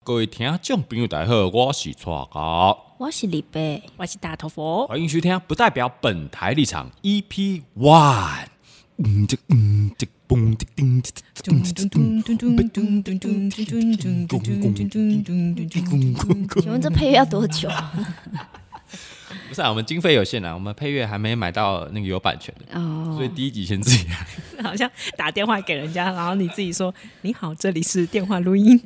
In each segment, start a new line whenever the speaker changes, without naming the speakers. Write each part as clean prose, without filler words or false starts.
各位听众朋友大家好，我是蔡高，
我是李贝，
我是大头佛，
欢迎收听不代表本台立场 EP One。
请问这配乐要多久？
不是啊，我们经费有限啊，我们配乐还没买到那个有版权的，所以第一集先自己来。
好像打电话给人家，然后你自己说：“你好，这里是电话录音。”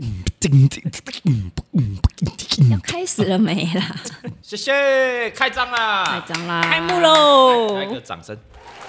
要开始了没啦？
谢谢，开张啦！
开张啦！
开幕喽！
来个掌声。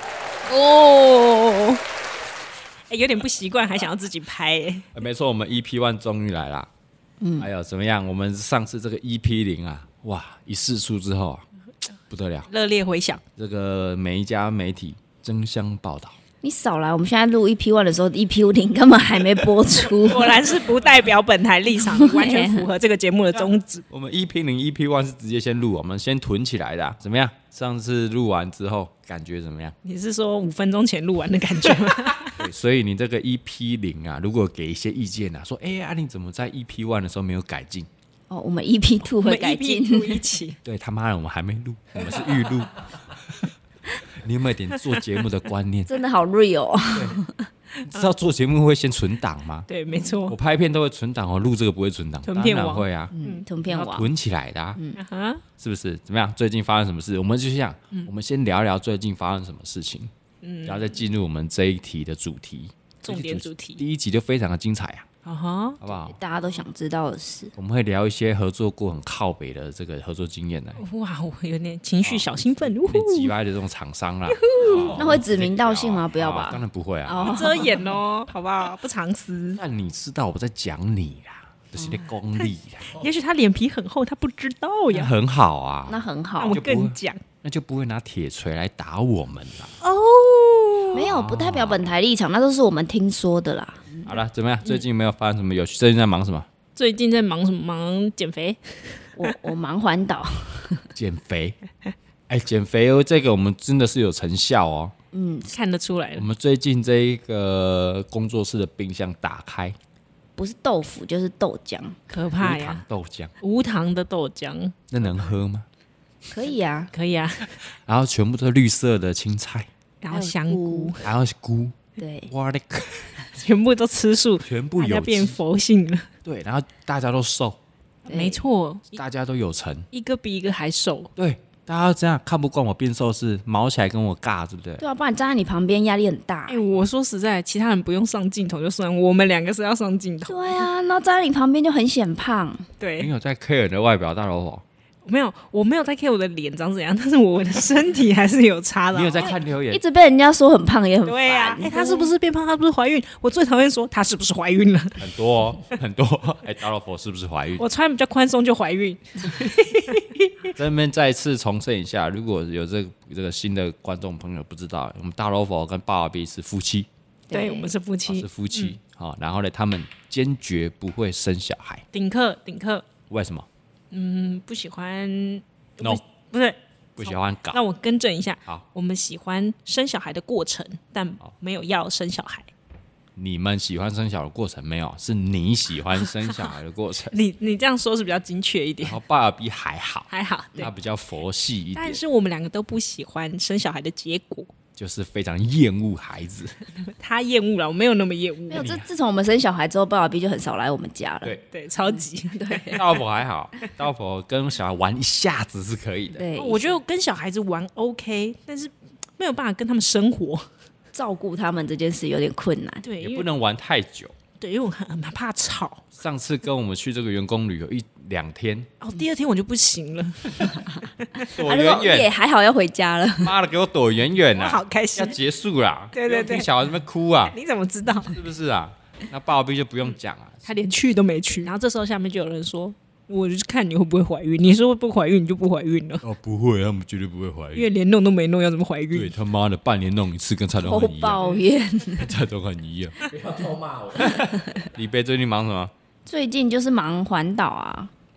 哦，有点不习惯，还想要自己拍。
没错，我们 EP One 终于来啦。还有怎么样？我们上次这个 EP0啊，哇，一试出之后啊，不得了，
热烈回响。
这个每一家媒体争相报道。
你少来！我们现在录 EP1 的时候，EP0根本还没播出。
果然是不代表本台立场，完全符合这个节目的宗旨。
我们 EP0、EP1 是直接先录，我们先囤起来的啊。怎么样？上次录完之后感觉怎么样？
你是说5分钟前录完的感觉吗？
对，所以你这个 EP0啊，如果给一些意见啊，说你怎么在 EP1 的时候没有改进？
哦，我们 EP2 会改进。
我们 EP2 一起。
对，他妈的，我们还没录，我们是预录。你有没有一点做节目的观念？
真的好 real 哦。
你知道做节目会先存档吗？
对，没错。
我拍片都会存档，我录这个不会存档，
囤片网
当然会啊，
囤片网
囤起来的啊，
啊，
是不是？怎么样？最近发生什么事？我们就像，我们先聊聊最近发生什么事情，然后再进入我们这一题的主题，
重点主题。
第一集就非常的精彩啊，好不好？
大家都想知道的事。
我们会聊一些合作过很靠北的这个合作经验来。
哇，我有点情绪小兴奋，
被击败的这种厂商啦，
那会指名道姓吗？不要吧？
当然不会啊，
不遮掩哦，好不好？不藏私。
那你知道我在讲你啦，这是在功利啦，
也许他脸皮很厚，他不知道呀。
很好啊，
那很好
那我。更讲，
那就不会拿铁锤来打我们啦。
哦，
没有，不代表本台立场，那都是我们听说的啦。
好了，怎么样？最近没有发生什么有趣？最近在忙什么？
最近在忙什么？忙减肥。
我忙环岛。
减肥。减肥哦，这个我们真的是有成效哦。
看得出来了。
我们最近这一个工作室的冰箱打开，
不是豆腐就是豆浆，
可怕
无糖
呀！
豆浆，
无糖的豆浆
那能喝吗？
可以啊。
可以啊，
然后全部都是绿色的青菜，
然后香菇，
还有菇，
对，
我的个，
全部都吃素，
全部有
大家变
机
佛性了。
对，然后大家都瘦，
对
没错，
大家都有成，
一个比一个还瘦。
对，大家这样看不惯我变瘦是毛起来跟我尬，对不对？
对啊，不然站在你旁边压力很大。
我说实在，其他人不用上镜头就算，我们2个是要上镜头。
对啊，然后站在你旁边就很显胖。
你
对，
有在 care 你的外表大老婆？
我没有在 care 我的脸长怎样，但是我的身体还是有差的。
你有在看留言？
一直被人家说很胖也很烦。
对呀，她是不是变胖？她是不是怀孕？我最讨厌说她是不是怀孕了。
很多哦，很多。大老婆是不是怀孕？
我穿比较宽松就怀孕。
这边再次重申一下，如果有这个新的观众朋友不知道，我们大老婆跟爸爸 B 是夫妻，
对，我们是夫妻，
是夫妻。好，然后呢，他们坚决不会生小孩。
顶客。
为什么
不喜欢
？No，
不是，
不喜欢搞。
让我更正一下。
好，
我们喜欢生小孩的过程，但没有要生小孩。
你们喜欢生小孩的过程没有？是你喜欢生小孩的过程。
你这样说是比较精确一点
然。后爸爸 B 还好，
还好，对
他。比较佛系一点
但，是我们2个都不喜欢生小孩的结果。
就是非常厌恶孩子。
他厌恶了，我没有那么厌恶。
没有，自从我们生小孩之后，爸爸 B 就很少来我们家了。
对，
对，超级对。
大老婆还好，大老婆跟小孩玩一下子是可以的。
对，
我觉得跟小孩子玩 OK， 但是没有办法跟他们生活。
照顾他们这件事有点困难。
对，因为
也不能玩太久。
对，因为我很怕吵。
上次跟我们去这个员工旅游1-2天，
第2天我就不行了，
躲
他就说
远远，
也还好要回家了。
妈的，给我躲远远
我
啊！
好开心
要。结束啦！
对对对
不用听小孩在那边哭啊，
你怎么知道？
是不是啊？那爸爸 B 就不用讲啊。
他连去都没去。然后这时候下面就有人说：“我就看你会不会怀孕。你说不怀孕，你就不怀孕了。
哦，不会，他们绝对不会怀
因为连弄都没弄，要怎么怀
对
孕？
他妈的，半年弄一次，跟蔡
偷
东汉一样，
抱怨。
蔡东汉一样。
不要偷骂我。
李贝最近忙什么？
最近就是忙环岛啊，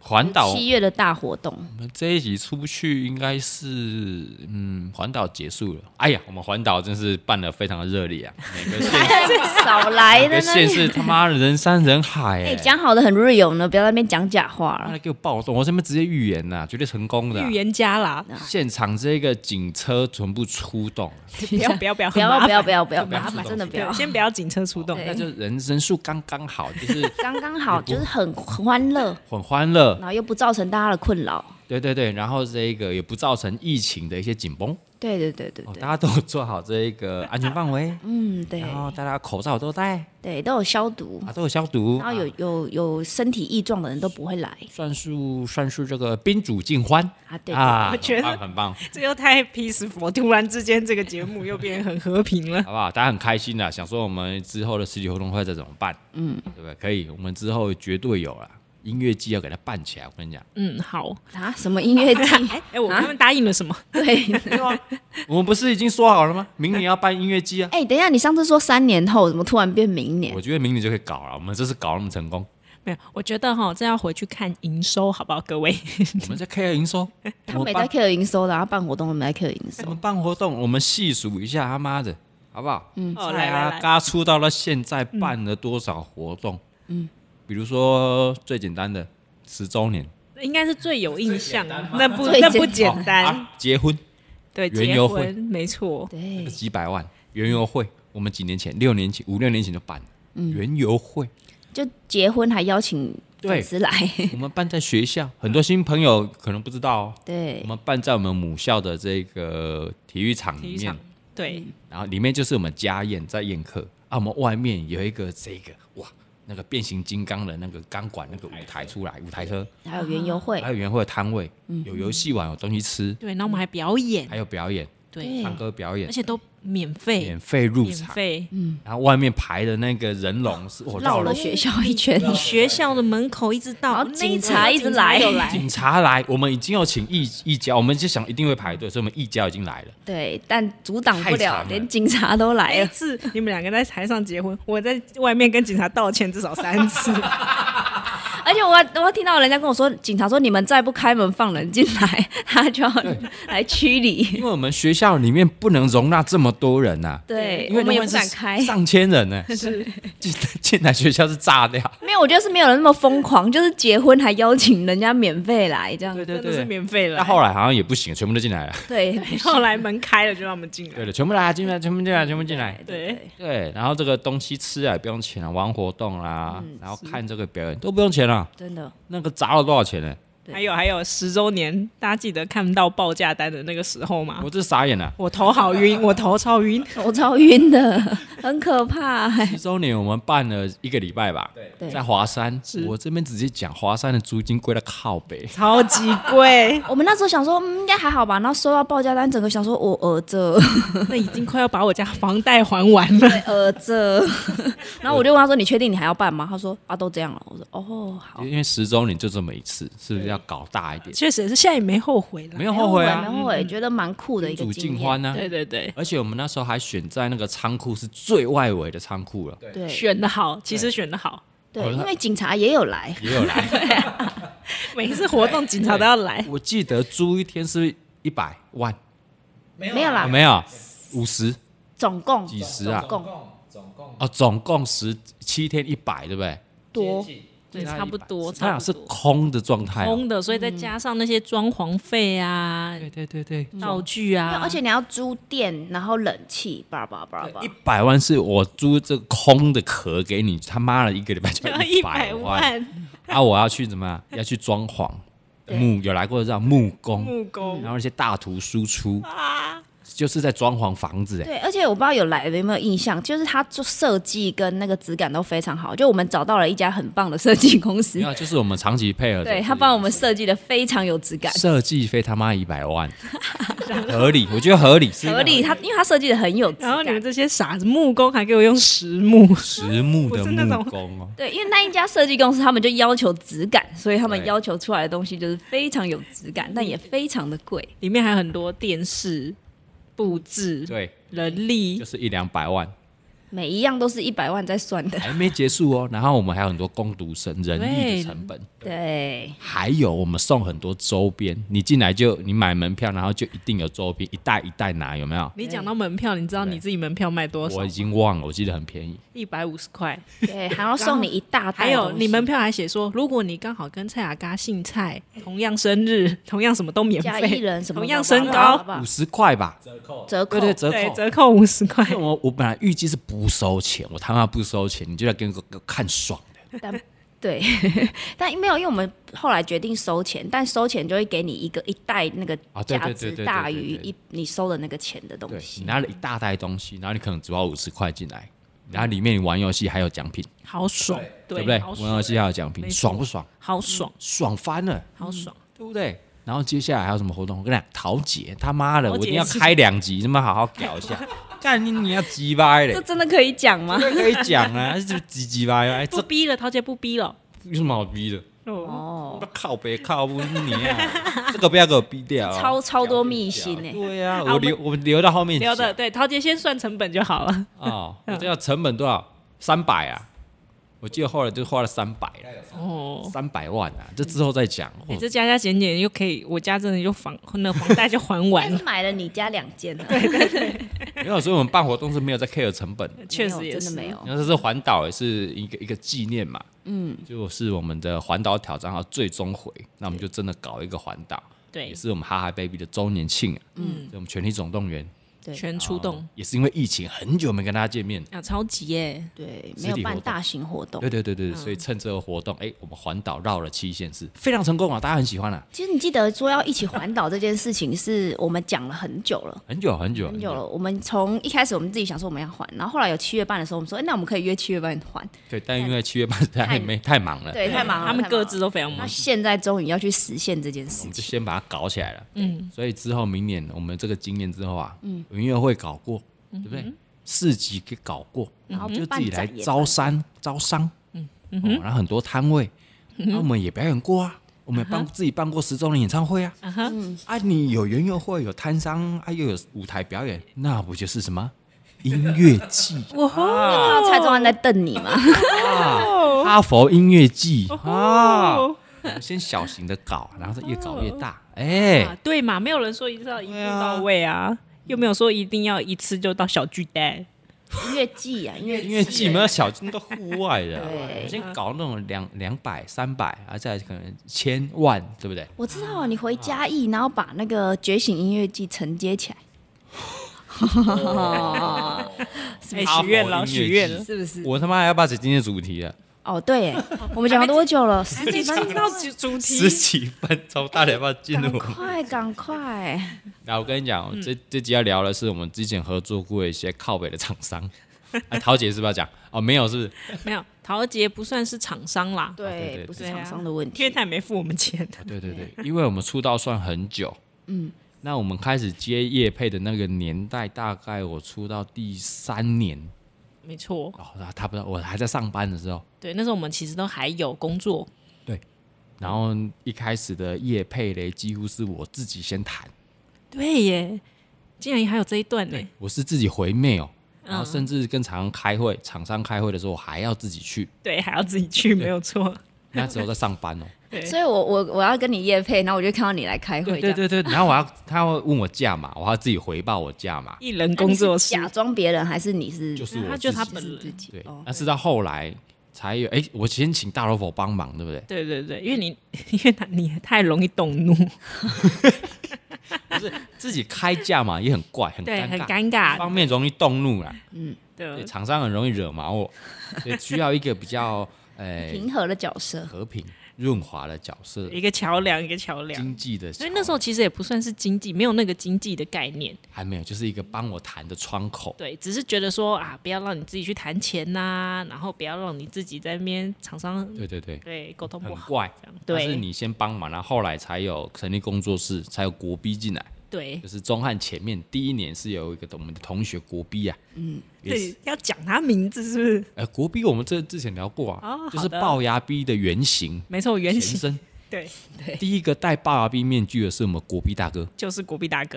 环岛
7月的大活动，
我们这一集出去应该是环岛结束了。哎呀，我们环岛真是办得非常的热烈啊！每个县
少来
每个
的呢。
县市他妈的人山人海哎、
讲好的很 real 呢，不要在那边讲假话了。
妈的给我暴动！我这边直接预言呐、绝对成功的、啊
预。言家啦，
现场这个警车全部出动，
不要不要不要，
不要
很麻烦
不要麻烦，真的不要
对，，先不要警车出动，
对
那就人数刚刚好，就是
刚刚好，就是很欢乐，
很欢乐。
然后又不造成大家的困扰。
对对对，然后这个也不造成疫情的一些紧绷。
对对对对对，
大家都有做好这个安全范围，
对
然后大家口罩都戴
对，都有消毒，
都有消毒，
然后有身体异状的人都不会来
算是这个宾主尽欢
啊。对，
我觉得
很棒，
这又太 peaceful，突然之间这个节目又变得很和平了。
好不好？大家很开心啦，想说我们之后的实体活动会再怎么办？对不对？可以，我们之后绝对有啦。音乐季要给它办起来，我跟你讲，
好。
啊，什么音乐季？
我他们答应了什么？
对，
我们不是已经说好了吗？明年要办音乐季啊。
等一下，你上次说3年后，怎么突然变明年
我？觉得明年就可以搞了，我们这次搞那么成功，
没有，我觉得这要回去看营收，好不好，各位？
我们在 care 营收，
他没在 care 营收的，他办活动都没在 care 营收。
我们办活动，我们细数一下他妈的，好不好？
来来来，
刚出道到现在办了多少活动？比如说最简单的10周年，
应该是最有印象的，那不
最
那不
简
简单。
结婚
对，
园游会
结婚没错，
对，
几百万，园游会，我们几年前5、6年前就办了，园游会，
就结婚还邀请粉丝来。
我们办在学校，很多新朋友可能不知道哦，
对
我，们办在我们母校的这个体育场里面
体育场，对，
然后里面就是我们家宴在宴客啊，我们外面有一个哇，那个变形金刚的那个钢管那个舞台出来，舞台车，
还有园游会
还，有园会的摊位，有游戏玩，有东西吃，
对，然后我们还表演，
还有表演，
对，
唱歌表演
而，且都免费，
免费入
免
场，
费。
然后外面排的那个人龙是我
绕了学校一圈。
你学校的门口一直到，
然后
那一
警察一直来
警察有来，
警察来，我们已经有请义交，我们就想一定会排队，所以我们义交已经来了。
对，但阻挡不了，
太长了
连警察都来
那一
了。
次你们两个在台上结婚，我在外面跟警察道歉至少3次。
而且我听到人家跟我说，警察说你们再不开门放人进来，他就要来驱离。
因为我们学校里面不能容纳这么多人呐、
对，我们也不
因为那边是
敢开。
上千人呢、进来学校是炸掉。
没有，我觉得是没有人那么疯狂，就是结婚还邀请人家免费来这样。
对对
真的是
对，
免费了。
但后来好像也不行，全部都进来了。
对，
后来门开了就让我们进来。
对的，全部来，进来，全部进来，全部进来。
对，
对，然后这个东西吃啊也不用钱了，玩活动啦，然后看这个表演都不用钱了。
真的。
那个砸了多少钱呢？
对
还有10周年，大家记得看到报价单的那个时候吗？
我真是傻眼了。
我头好晕，我头超晕。
我超晕的，很可怕、欸。
10周年我们办了1个礼拜吧，
对
在华山。我这边直接讲，华山的租金贵到靠北。
超级贵，
我们那时候想说，应该还好吧。然后收到报价单，整个想说，我这
那已经快要把我家房贷还完了。
这。然后我就问他说：“你确定你还要办吗？”他说：“啊，都这样了。”我说：“哦，好。”
因为10周年就这么一次，是不是要搞大一点？
确实是，现在也没后悔了。
没有后悔啊，
没后悔，觉得蛮酷的一个
宾主
经验。
尽欢啊。
对对对，
而且我们那时候还选在那个仓库是最外围的仓库了，
对
选的好，其实选的好。
对，因为警察也有来，
也有来。
每一次活动警察都要来。
我记得租一天是100万，
没有啦，
没有50
总共
几十啊？
总共
总共17天100，对不对？
多。
对，差不多，
他俩是
差不多。
空的状态哦。
空的，所以再加上那些装潢费啊、
对，
道具啊，
而且你要租电，然后冷气，叭叭叭叭。
100万是我租这个空的壳给你，他妈的1个礼拜就
要
100
100
万
万
啊！我要去怎么样？要去装潢有来过这木工，
木工
然后那些大图输出，
啊，
就是在装潢房子哎。
对，而且我不知道有来的有没有印象，就是它做设计跟那个质感都非常好。就我们找到了一家很棒的设计公司
没，有，就是我们长期配合的，
对他帮我们设计的非常有质感，
设计费他妈100万，合理，我觉得合理，是一个
合理。因为他设计的很有质感。
然后你们这些傻子木工还给我用实木，
实木的
不是那种
木工哦。
对，因为那一家设计公司他们就要求质感，所以他们
对
要求出来的东西就是非常有质感，但也非常的贵。
里面还有很多电视布置、
对，
人力
就，是100-200万，
每一样都是100万在算的。
还没结束哦。然后我们还有很多工读生人力的成本，
对，
还有我们送很多周边。你进来你买门票，然后就一定有周边，一袋一袋拿，有没有？
你讲到门票，你知道你自己门票卖多少？
我已经忘了，我记得很便宜
150块。
对，还要送你一大袋。
还有你门票还写说，如果你刚好跟蔡雅嘎姓蔡，同样生日，同样什么都免
加
费，
一人什么
同样身高
，50块吧，
折扣，
对，折
对，
扣。
折扣50块。
我本来预计是不收钱，我他妈不收钱，你就来给我看爽的。
但对，但没有，因为我们后来决定收钱，但收钱就会给你一袋那个价值大于你收的那个钱的东西。
你拿了一大袋东西，然后你可能只花50块进来，然后里面你玩游戏还有奖品，
好爽，
对不对？
好爽
玩游戏还有奖品，爽不爽？
好爽，
爽翻了，
好爽，
对不对？然后接下来还有什么活动？我跟你讲，桃姐他妈的，
桃姐
我一定要开2集，他妈好好搞一下。干你要鸡掰嘞
这！真的可以讲吗？
可以讲啊，这鸡掰啊！
不逼了，桃姐不逼了。
有什么好逼的？
哦，
靠北靠不你啊！这个不要给我逼掉啊，
超多秘辛呢。
对呀，
好
我们留到后面讲
留的对，桃姐先算成本就好了。
哦，我这要成本多少？300啊！我记得后来就花了300了，
哦，
300万啊！这之后再讲。
这加加减减又可以，我家真的就房贷就还完了。
但是买了你家2间了，
没有，所以我们办活动是没有在 care 成本的。
确实也是
真的没有。
然后这次环岛也是一个纪念嘛，就是我们的环岛挑战号最终回，那我们就真的搞一个环岛，
对
也，是我们哈哈 baby 的周年庆啊，所以我们全体总动员
对
全出动
也是因为疫情很久没跟大家见面，
啊，超级耶！
对，
实体活动
没有办大型活动。
对，所以趁这个活动，我们环岛绕了7县市，非常成功啊，大家很喜欢啊，
其实你记得说要一起环岛这件事情，是我们讲了很久了。
很久
了，我们从一开始我们自己想说我们要环，然后后来有7月半的时候，我们说，那我们可以约7月半环。
对，但因为7月半太忙了，
对，太忙了，
他们各自都非常
那
忙。
现在终于要去实现这件
我
事情。
们就先把它搞起来了。所以之后明年我们这个经验之后啊，音乐会搞过，对不对？市集给搞过，然后就自己来招商，然后很多摊位，那我们也表演过啊。我们自己办过10周年演唱会啊！你有园游会，有摊商，又有舞台表演，那不就是什么音乐季
看到蔡宗翰在瞪你吗？
哈佛音乐季啊！我们先小型的搞，然后越搞越大。
对嘛，没有人说一定要一步到位啊，又没有说一定要一次就到小巨蛋。
音乐季啊，音
乐季没有小金都户外的，
对
我先搞那种200、300，再可能1000万，对不对？
我知道你回嘉义，然后把那个觉醒音乐季承接起来。
许愿了，许愿了，
是不是？
我他妈还要把这今天的主题了。
哦，对耶，我们讲了多久了？10几分钟
到主题
10几分钟，到底要不要进入？
赶快！
来，我跟你讲，这集要聊的是我们之前合作过一些靠北的厂商。桃姐是不是要讲？哦，没有，是不是？
没有，桃姐不算是厂商啦，
对，不是厂商的问题，
因为他也没付我们钱。
对，因为我们出道算很久，那我们开始接业配的那个年代，大概我出道第3年。
没错，
差不多，我还在上班的时候。
对，那时候我们其实都还有工作。
对，然后一开始的业配嘞，几乎是我自己先谈。
对耶，竟然还有这一段呢！
我是自己回 mail，然后甚至跟厂商开会的时候，我还要自己去。
对，还要自己去，没有错。
那时候在上班哦。
所以我要跟你业配，然后我就看到你来开会。
对，然后他会问我价码，我要自己回报我价码。
艺人工作室
假装别人还是你是？
就是我，
就他本人
自己。
对，但是到后来才有，我先请大老佛帮忙，对不对？
对，因为你太容易动怒，
不是自己开价嘛，也很怪，很
尴尬，
一方面容易动怒啦，
对，
厂商很容易惹毛我，所以需要一个比较
平和的角色，
和平润滑的角色，
一个桥梁，
经济的。
所以那时候其实也不算是经济，没有那个经济的概念，
还没有，就是一个帮我谈的窗口。
对，只是觉得说不要让你自己去谈钱呐，然后不要让你自己在那边厂商对沟通不好，
很怪。
对，
但是你先帮忙，然后后来才有成立工作室，才有国逼进来。
对，
就是中汉前面第1年是有一个我们的同学国逼啊，
对，要讲他名字是不是？
国逼我们之前聊过啊，就是龅牙逼的原型，
没错，原型
前身。
对，
第一个戴龅牙逼面具的是我们国逼大哥，
就是国逼大哥。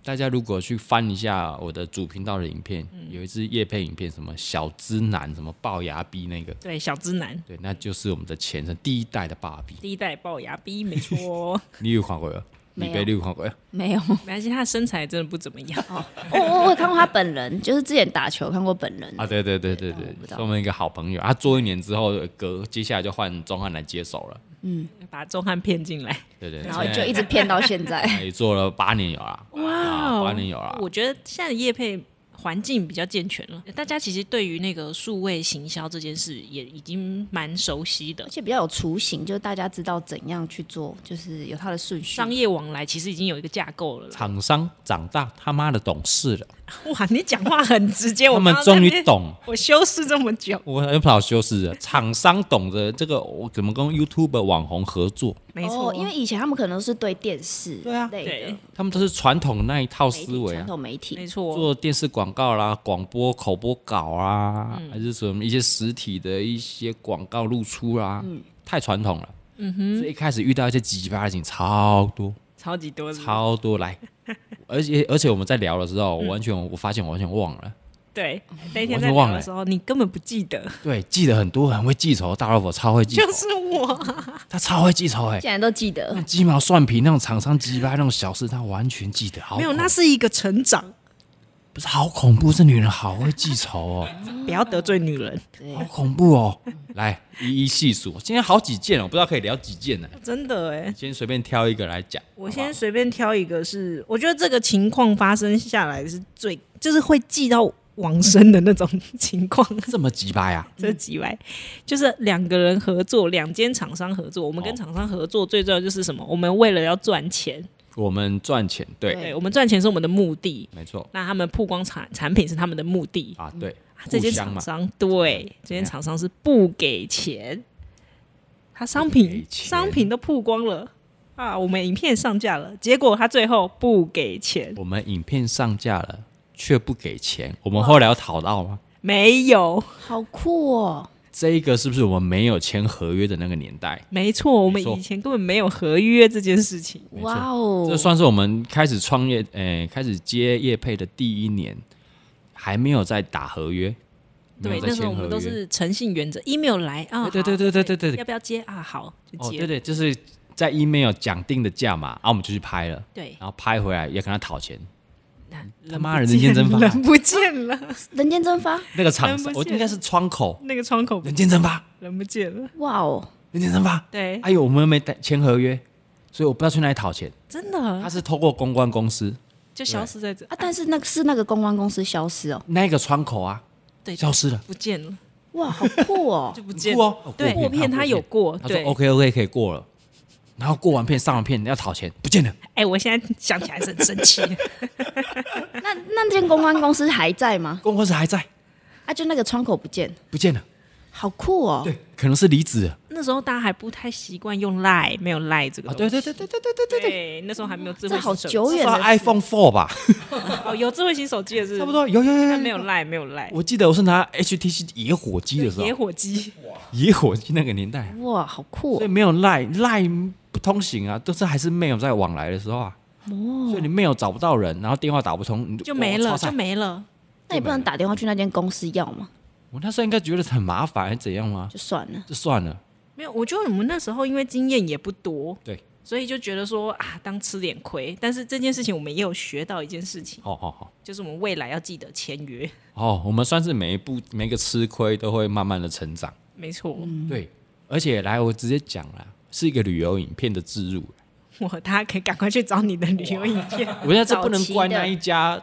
大家如果去翻一下我的主频道的影片，有一支业配影片，什么小资男，什么龅牙逼那个，
对，小资男，
对，那就是我们的前身第一代的爸比，
第一代龅牙逼，没错。
你有看过吗？你有看过？
没有，
没关系，他的身材真的不怎么样。
我有看过他本人，就是之前打球看过本人
啊，对，是我们一个好朋友，他做1年之后，接下来就换钟汉来接手了。
把钟汉骗进来，
对，
然后就一直骗到现在，
也做了8年有啦，哇，8年有啦。
我觉得现在的业配环境比较健全了，大家其实对于那个数位行销这件事也已经蛮熟悉的，
而且比较有雏形，就是大家知道怎样去做，就是有它的顺序。
商业往来其实已经有一个架构了。
厂商长大他妈的懂事了，
哇，你讲话很直接，
他们终于懂。
我修饰这么久，
我很不好修饰的。厂商懂得这个，我怎么跟 YouTube 网红合作？
没错，
因为以前他们可能是对电视类的，
他们都是传统那一套思维啊，
传统媒体，
没错，
做电视广告啦、广播口播稿啊，还是什么一些实体的一些广告露出啦，太传统了。所以一开始遇到一些奇葩的事情超多，超多来，而且我们在聊的时候，我发现我完全忘了。
对，那天在聊的时候，你根本不记得。
对，记得很多，很会记仇，大老婆超会记仇，
就是我，
他超会记仇
竟然都记得，
鸡毛蒜皮那种厂商鸡巴那种小事，他完全记得。
没有，那是一个成长。
不是好恐怖，这女人好会记仇哦！
不要得罪女人，
好恐怖哦！来一一细数，今天好几件哦，不知道可以聊几件呢？
真的哎，
先随便挑一个来讲。
我先随便挑一个是，我觉得这个情况发生下来是就是会记到往生的那种情况。
这么鸡掰呀？
这鸡掰，就是2个人合作，2间厂商合作。我们跟厂商合作，最重要就是什么？我们为了要赚钱。
我们赚钱，对，
我们赚钱是我们的目的，
没错。
那他们曝光产品是他们的目的
啊，对。
这间厂商，对，这间厂商是不给钱，他商品都曝光了啊，我们影片上架了，结果他最后不给钱。
我们影片上架了，却不给钱，我们后来有讨到吗？
没有，
好酷哦。
这一个是不是我们没有签合约的那个年代？
没错，我们以前根本没有合约这件事情。
哇哦，
这算是我们开始创业，开始接业配的第1年，还没有在打合约。
对，那时候我们都是诚信原则 ，email 来啊，
对，
要不要接啊？好，就接。
对，就是在 email 讲定的价码，我们就去拍了。
对，
然后拍回来也跟他讨钱。他妈人间蒸发，
人不见了，
人间蒸发，
那个厂商，我应该是窗口，
那个窗口
人间蒸发，
人不见了，
哇哦，
人间蒸发，
对，
哎呦，我们没签合约，所以我不知道去哪里讨钱，
真的，
他是透过公关公司
就消失在这
啊，但是那个公关公司消失哦，
那个窗口啊，对，消失了，
不见了，
哇，好酷哦，
就不见了，对，过片他有过，
他说 OK 可以过了。然后过完片上完片要讨钱，不见了。
我现在想起来是很生气。
那间公关公司还在吗？
公关公司还在
啊，就那个窗口不见
了，
好酷哦。
对，可能是离职了。
那时候大家还不太习惯用 Line， 没有 Line 这个东西。对，那时候还没有智慧型手机。
这好久远的
iPhone 4吧？
有智慧型手机的是
差不多，有，
但没有 Line。
我记得我是拿 HTC 野火机的时候，
野火机
那个年代，
哇，好酷。
所以没有 Line 不通行啊，都是还是没有在往来的时候啊。所以你没有找不到人，然后电话打不通，
就没了。
那你不能打电话去那间公司要吗？
我那时候应该觉得很麻烦，还是怎样吗？
就算了。
没有，我觉得我们那时候因为经验也不多，
对，
所以就觉得说啊，当吃点亏。但是这件事情我们也有学到一件事情，就是我们未来要记得签约。
我们算是每一个吃亏都会慢慢的成长。
没错，
对，而且我直接讲了，是一个旅游影片的置入。
大家可以赶快去找你的旅游影片。
我觉得这不能怪那一家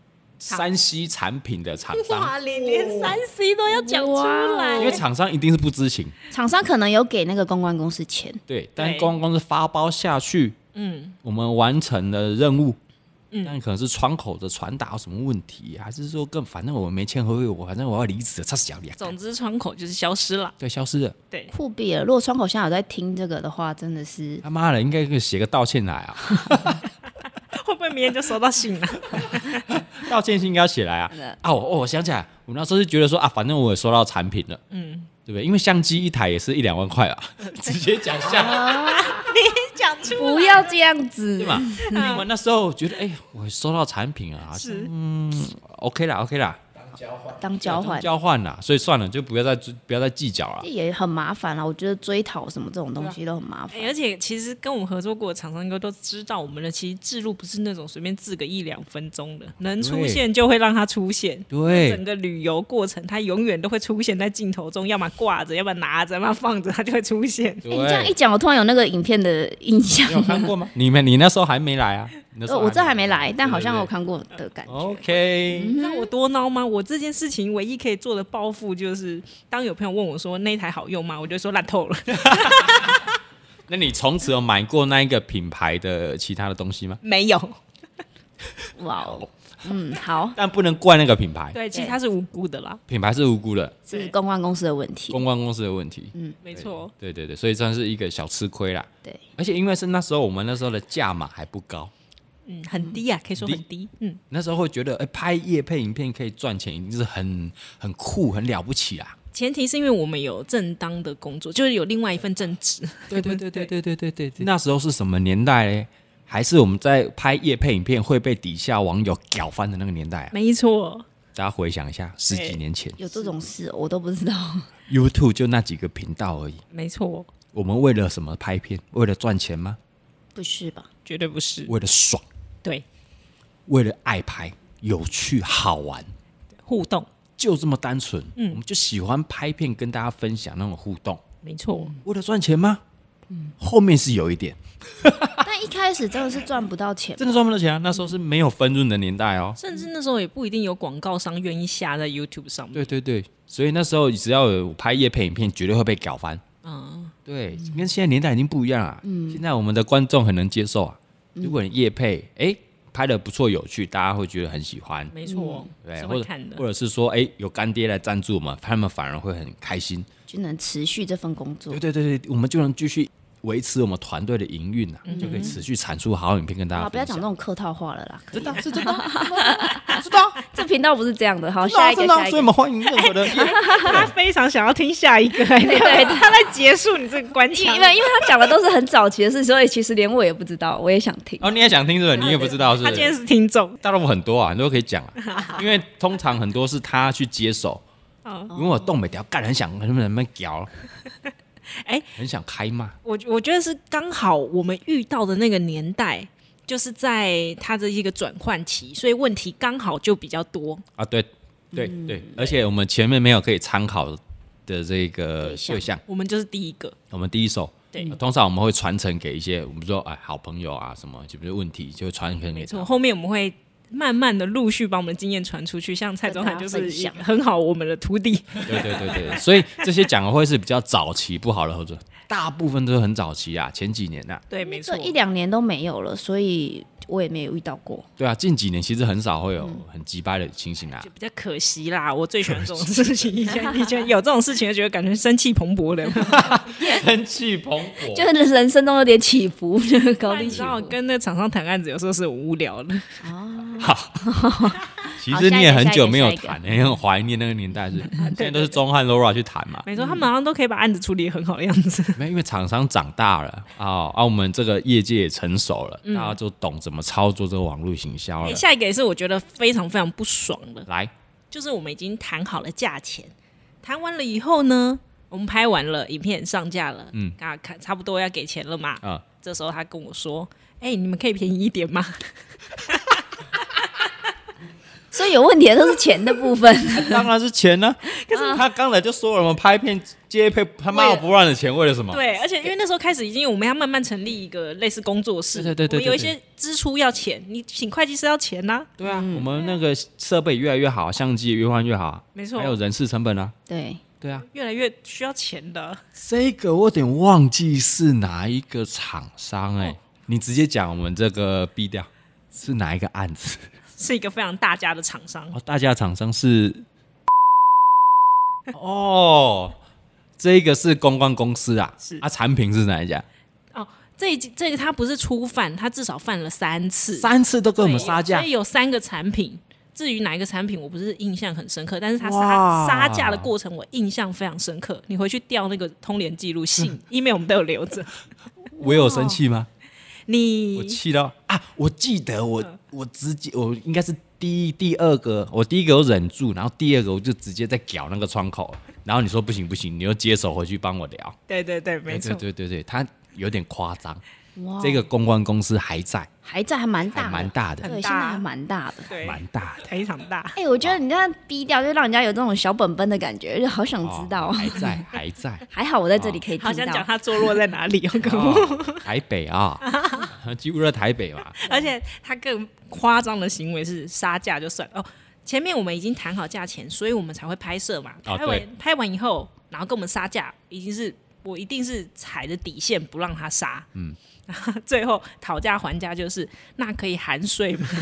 3C 产品的厂商。
哇，连3C 都要讲出来，
因为厂商一定是不知情。
厂商可能有给那个公关公司钱，
对，但公关公司发包下去，我们完成了任务。但可能是窗口的传达有什么问题，还是说反正我们没签合约，反正我要离职了，差小点。
总之窗口就是消失了，
对，消失了，
对，
酷毙了。如果窗口现在有在听这个的话，真的是
他妈的，应该可以写个道歉来啊！
会不会明天就收到信了？
道歉信应该要写来啊！我想起来，我那时候是觉得说反正我也收到产品了，对不对？因为相机一台也是1-2万块啊，直接讲价。
你讲讲出来，
不要这样子，
对嘛？你们那时候觉得，我收到产品啊，
是
，OK 啦，OK 啦。
当交
换啦，所以算了，就不要再计较了。
也很麻烦啦，我觉得追讨什么这种东西都很麻烦。
而且其实跟我们合作过的厂商应该都知道，我们的其实置入不是那种随便置个1-2分钟的，能出现就会让它出现。
对，
整个旅游过程它永远都会出现在镜头中，要么挂着，要么拿着，要么放着，它就会出现。
你这样一讲，我突然有那个影片的印象。
你有看过吗？你那时候还没来啊？
我这还没来，但好像有看过的感觉。
OK，
你知道我多孬吗？我这件事情唯一可以做的报复就是，当有朋友问我说那一台好用吗，我就说烂透了。
那你从此有买过那一个品牌的其他的东西吗？
没有。
哇哦，好，
但不能怪那个品牌。
对，其实它是无辜的啦。
品牌是无辜的，
是公关公司的问题。
公关公司的问题。
没错。
对，所以算是一个小吃亏啦。
对，
而且因为是我们那时候的价码还不高。
很低啊，可以说很低。
那时候会觉得，拍业配影片可以赚钱，一定是很酷、很了不起啊。
前提是因为我们有正当的工作，就是有另外一份正职。
对。那时候是什么年代呢？还是我们在拍业配影片会被底下网友屌翻的那个年代啊？
没错。
大家回想一下，10几年前
有这种事，我都不知道。
YouTube 就那几个频道而已。
没错。
我们为了什么拍片？为了赚钱吗？
不是吧？
绝对不是。
为了爽。
对，
为了爱拍，有趣好玩，
互动，
就这么单纯。我们就喜欢拍片，跟大家分享那种互动。
没错。
为了赚钱吗？后面是有一点，
但一开始真的是赚不到钱，
真的赚不到钱啊！那时候是没有分润的年代哦，
甚至那时候也不一定有广告商愿意下在 YouTube 上面。
对，所以那时候只要有拍业配影片，绝对会被搞翻。对，跟现在年代已经不一样了。现在我们的观众很能接受啊。如果你业配，拍的不错有趣，大家会觉得很喜欢。
没错，
对，
是会看的。
或者是说，有干爹来赞助我们，他们反而会很开心，
就能持续这份工作。
对，我们就能继续维持我们团队的营运就可以持续产出好影片跟大家分享。
不要讲这种客套话了啦，
真的是真的，
知道这频道不是这样的。好，下一个，
所以我们欢迎任何的。
他非常想要听下一个，对，他在结束你这个关卡，
因为他讲的都是很早期的事，所以其实连我也不知道，我也想听。
你也想听是不是？你也不知道是不是？
他今天是听众，
大陆很多啊，很多可以讲啊，因为通常很多是他去接手，因为我动没掉，干很想能不能屌。很想开骂。
我觉得是刚好我们遇到的那个年代，就是在它的一个转换期，所以问题刚好就比较多
啊。对，而且我们前面没有可以参考的这个对象，
我们就是第一个，
我们第一手。
对，
通常我们会传承给一些我们说好朋友啊什么，有没有问题就会传承给他。
没错，后面我们会慢慢的陆续把我们的经验传出去，像蔡宗翰就是很好我们的徒弟。
对，所以这些讲的会是比较早期不好的合作，大部分都是很早期啊，前几年啊。
对，没错，
这1-2年都没有了，所以我也没有遇到过。
对啊，近几年其实很少会有很鸡掰的情形啊，
就比较可惜啦。我最喜欢这种事情，以前有这种事情，就觉得感觉生气蓬勃的，
生气蓬勃，
就是人生中有点起伏，就是高低起伏。
跟那厂商谈案子，有时候是无聊的。
好，其实你也很久没有谈，也很怀念那个年代，是现在都是钟汉 Laura 去谈嘛。
没错，他们好像都可以把案子处理得很好的样子。
没有，因为厂商长大了我们这个业界也成熟了，大家就懂怎么操作这个网络行销了。
下一个也是我觉得非常非常不爽的，
来，
就是我们已经谈好了价钱，谈完了以后呢，我们拍完了，影片上架了，看差不多要给钱了嘛。这时候他跟我说：“你们可以便宜一点吗？”
所以有问题的都是钱的部分，
当然是钱呢。可是他刚才就说了，我们拍片接配他妈不赚的钱，为了什么？
对，而且因为那时候开始已经我们要慢慢成立一个类似工作室，
对，
我们有一些支出要钱，你请会计师要钱呐。
对啊，我们那个设备越来越好，相机越换越好，
没错，
还有人事成本啊。
对
啊，
越来越需要钱的。
这个我有点忘记是哪一个厂商你直接讲我们这个 B 掉是哪一个案子？
是一个非常大家的厂商
大家的厂商是这个是公关公司啊，是产品是哪一家？
这个他不是初犯，他至少犯了3次
，3次都跟我们杀价，
所以有3个产品。至于哪一个产品，我不是印象很深刻，但是他杀价的过程我印象非常深刻。你回去调那个通联记录信、email， 我们都有留着。
我有生气吗？
你
我气到啊！我记得我应该是第二个，我第一个我忍住，然后第二个我就直接在咬那个窗口，然后你说不行，你又接手回去帮我聊。
对，没错，
对，他有点夸张。这个公关公司还在，
还蛮大的，
对，
现在还蛮大的，
对，
蛮大的，
非常大。
我觉得你这样低调，就让人家有这种小本本的感觉，就好想知道。
还在，
还好我在这里可以听到。
好想讲他坐落在哪里
台北啊，几乎在台北嘛。
而且他更夸张的行为是杀价就算前面我们已经谈好价钱，所以我们才会拍摄嘛。拍完以后，然后跟我们杀价，我一定是踩着底线不让他杀。最后讨价还价就是那可以含税吗？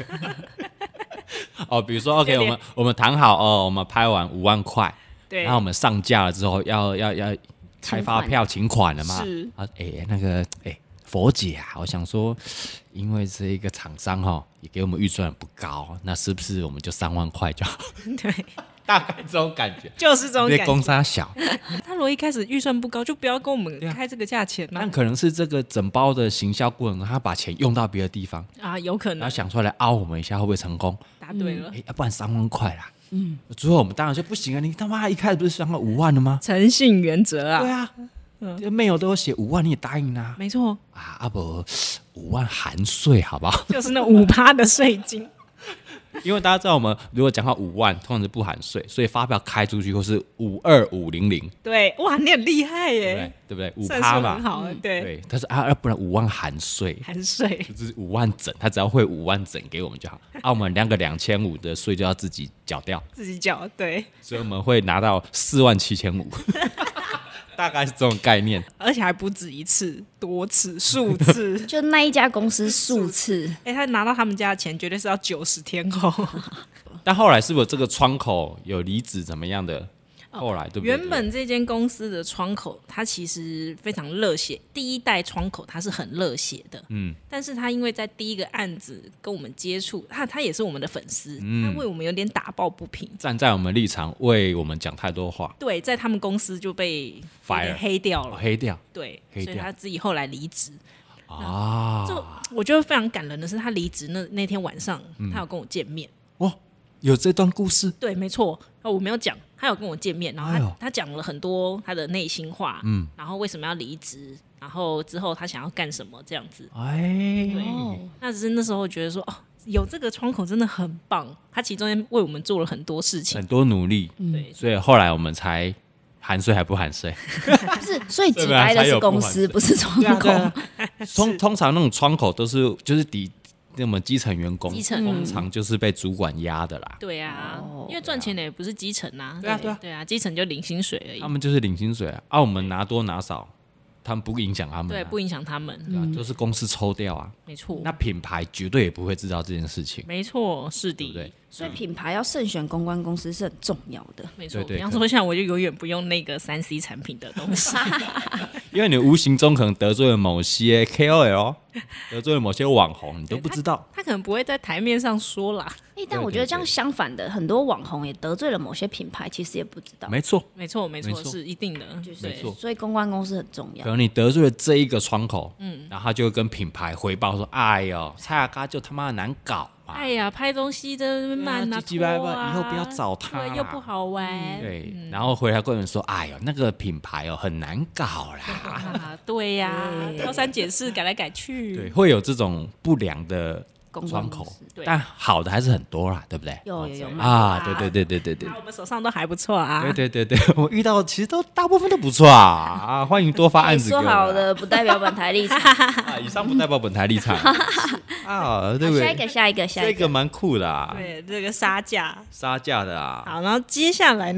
比如说 OK， 我们谈好我们拍完5万块，对，然后我们上架了之后要开发票请款了嘛？是那个佛姐啊，我想说，因为这一个厂商也给我们预算不高，那是不是我们就3万块就好？
对。
大概这种感觉，
就是这种感觉。
公司小，
他如果一开始预算不高，就不要跟我们开这个价钱嘛。
但可能是这个整包的行销过程中，他把钱用到别的地方
啊，有可能。
然后想出来凹我们一下，会不会成功？
答对了。
要不然3万块啦。最后我们当然就不行啊！你他妈一开始不是想了5万了吗？
诚信原则啊。
对啊，没有都有写5万，你也答应啦。
没错
啊，不5万含税，好不好？
就是那5%的税金。
因为大家知道，我们如果讲到5万，通常是不含税，所以发票开出去或是52500。
对，哇，你很厉害耶，
对不对？5%嘛，
很好，对。
他说不然5万含税，就是5万整，他只要汇5万整给我们就好。我们2个2500的税就要自己缴掉，
自己缴，对。
所以我们会拿到47500。大概是这种概念，
而且还不止一次，多次、数次，
就那一家公司数次。
他拿到他们家的钱绝对是要90天后。
但后来是不是这个窗口有离职怎么样的？后来对不对？
原本这间公司的窗口，他其实非常热血。第一代窗口他是很热血的，但是他因为在第一个案子跟我们接触，他也是我们的粉丝，他为我们有点打抱不平，
站在我们立场为我们讲太多话。
对，在他们公司就被黑掉了，
黑掉。
对，所以他自己后来离职。就我觉得非常感人的是，他离职那天晚上，他有跟我见面。
有这段故事？
对，没错。我没有讲，他有跟我见面，然后他讲了很多他的内心话，然后为什么要离职，然后之后他想要干什么这样子。对，那只是那时候觉得说，有这个窗口真的很棒，他其中为我们做了很多事情，
很多努力。对，所以后来我们才含税还不含税？
是，所以挤白的是公司，不是窗口。
通常那种窗口都是就是那么基层员工，通常就是被主管压的啦。
对啊，因为赚钱的也不是基层啊。对啊，基层就领薪水而已。
他们就是领薪水啊，我们拿多拿少，他们不影响他们。
对，不影响他
们，就是公司抽掉啊。
没错。
那品牌绝对也不会知道这件事情。
没错，是的。
对。
所以品牌要慎选公关公司是很重要的。
没错。比方说，像我就永远不用那个3C 产品的东西，
因为你无形中可能得罪了某些 KOL， 得罪了某些网红，你都不知道。
他可能不会在台面上说啦。
但我觉得这样相反的，很多网红也得罪了某些品牌，其实也不知道。
没错，
是一定的。
没错，所以公关公司很重要。
可能你得罪了这一个窗口，然后他就会跟品牌回报说：“哎呦，蔡阿嘎就他妈难搞。”
哎呀，拍东西真的慢啊，拖啊，
以后不要找他，
又不好玩。
对，然后回来跟人说：“哎呦，那个品牌很难搞啦。”
对呀，挑三拣四，改来改去。
对，会有这种不良的窗口，但好的还是很多啦，对不对？
有
啊，对，
我们手上都还不错啊。
对，我遇到其实都大部分都不错啊，欢迎多发案子给我。
说好的不代表本台立场
以上不代表本台立场啊，对不对？
下一个，
这个蛮酷的啊。
对，这个杀价的
啊。
好，然后接下来，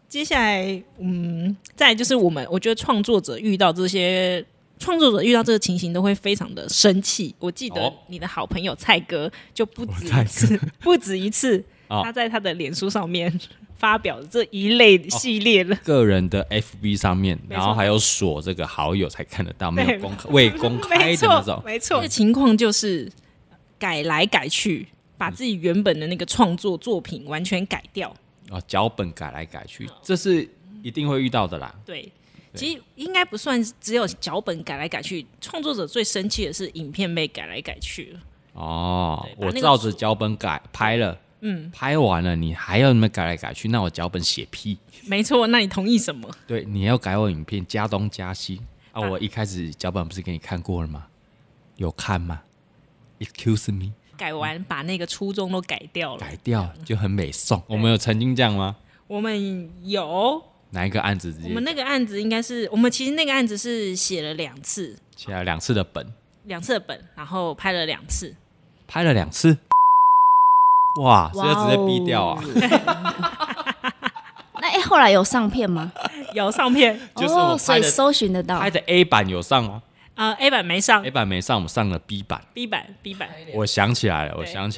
再来就是我觉得创作者遇到这个情形都会非常的生气。我记得你的好朋友蔡哥就不止一次，他在他的脸书上面发表这一类系列的
个人的 FB 上面，然后还有锁这个好友才看得到，没有未公开的那种。
没错，这个情况就是改来改去，把自己原本的那个创作作品完全改掉。
脚本改来改去，这是一定会遇到的啦。
对。 其实应该不算只有脚本改来改去，创作者最生气的是影片被改来改去了。
哦，我照着脚本改拍了，拍完了你还要那么改来改去，那我脚本写屁。
没错，那你同意什么？
对，你要改我影片加东加西啊！我一开始脚本不是给你看过了吗？有看吗 ？Excuse me。
改完把那个初衷都改掉了，
改掉就很美颂。我们有曾经这样吗？
我们有。
哪一个案子？
我们那个案子应该是我们其实那个案子是写了2次，
写了2次的本
，2次的本，然后拍了2次，
拍了2次。哇，这要直接逼掉啊！
那后来有上片吗？
有上片，
就是我
所以搜寻得到。
拍的 A 版有上吗
？A 版没上
，A 版没上，我们上了 B 版。
B 版。
我想起来了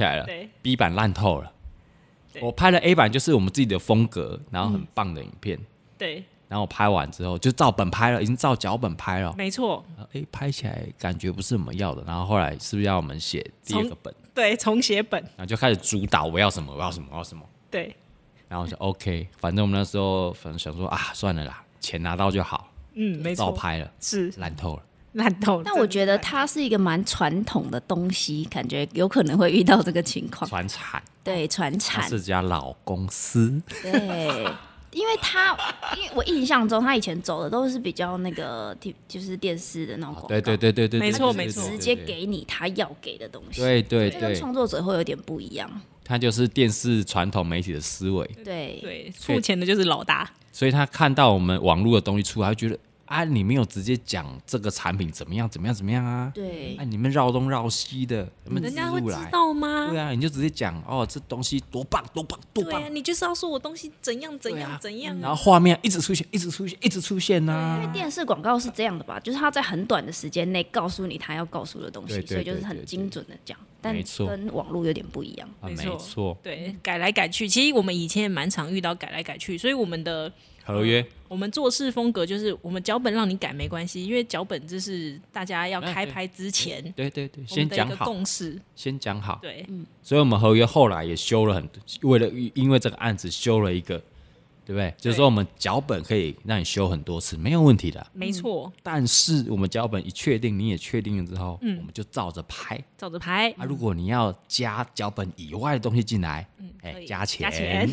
，B 版烂透了。我拍了 A 版，就是我们自己的风格，然后很棒的影片。
对。
然后我拍完之后就照本拍了，已经照脚本拍了。
没错。
拍起来感觉不是我们要的，然后后来是不是要我们写第2个本？
对，重写本。
然后就开始主导我要什么。
对。
然后就 OK， 反正我们那时候想说啊，算了啦，钱拿到就好。
没错。
照拍了，
是
烂透了。
但我觉得它是一个蛮传统的东西，感觉有可能会遇到这个情况。
传产，
对，传产，
它是家老公司。
对，因为我印象中他以前走的都是比较那个，就是电视的那种广告。
对，
没错，
直接给你他要给的东西。
对，
这跟创作者会有点不一样。
他就是电视传统媒体的思维。
对，付钱的就是老大。
所以他看到我们网络的东西出来，他就觉得。你没有直接讲这个产品怎么样啊？
对，
你们绕东绕西的，
人家会知道吗？
对啊，你就直接讲这东西多棒。
对啊，你就是要说我东西怎样，
然后画面一直出现啊。
因为电视广告是这样的吧，就是他在很短的时间内告诉你他要告诉的东西，所以就是很精准的讲，但跟网络有点不一样。
没错，
对，改来改去，其实我们以前也蛮常遇到改来改去，所以我们的
合约。
我们做事风格就是我们脚本让你改没关系，因为脚本这是大家要开拍之前，
对，先讲好
共识，
先讲好。
对，
所以我们合约后来也修了很多，因为这个案子修了一个，对不对？就是说我们脚本可以让你修很多次，没有问题的。
没错。
但是我们脚本一确定，你也确定了之后，我们就照着拍。如果你要加脚本以外的东西进来，加钱。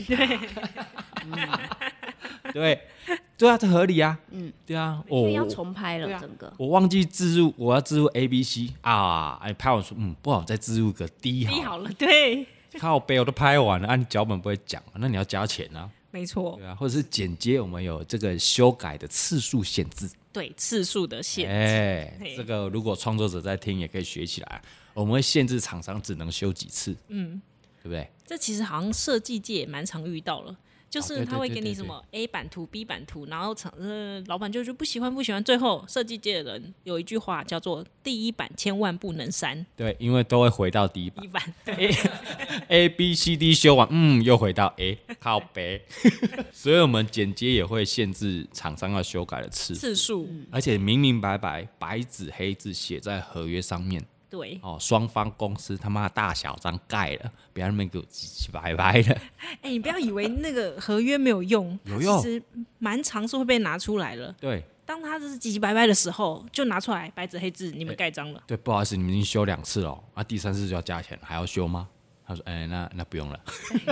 对啊，这合理啊。对啊，
所以要重拍了整个。
我忘记置入，我要置入 ABC 啊，拍完说不好，再置入个 D
好了。对，
靠背我都拍完了，你脚本不会讲，那你要加钱啊。
没错。
对啊，或者是剪接，我们有这个修改的次数限制。
对，次数的限制。
这个如果创作者在听，也可以学起来。我们会限制厂商只能修几次。对不对？
这其实好像设计界也蛮常遇到了。就是他会给你什么 A 版图、B 版图，然后老板就不喜欢，最后设计界的人有一句话叫做“第1版千万不能删”。
对，因为都会回到第一版。A B C D 修完，又回到 A， 靠北。所以我们剪接也会限制厂商要修改的次数，而且明明白白白纸黑字写在合约上面。
对
双方公司他妈大小章盖了，不要那边给我唧唧白白的。
你不要以为那个合约没有用，
有用，
其实蛮常是会被拿出来了。
对，
当他就是唧唧白白的时候，就拿出来白纸黑字，你们盖章了。
对，不好意思，你们已经修2次了，第3次就要加钱，还要修吗？他说，那不用了，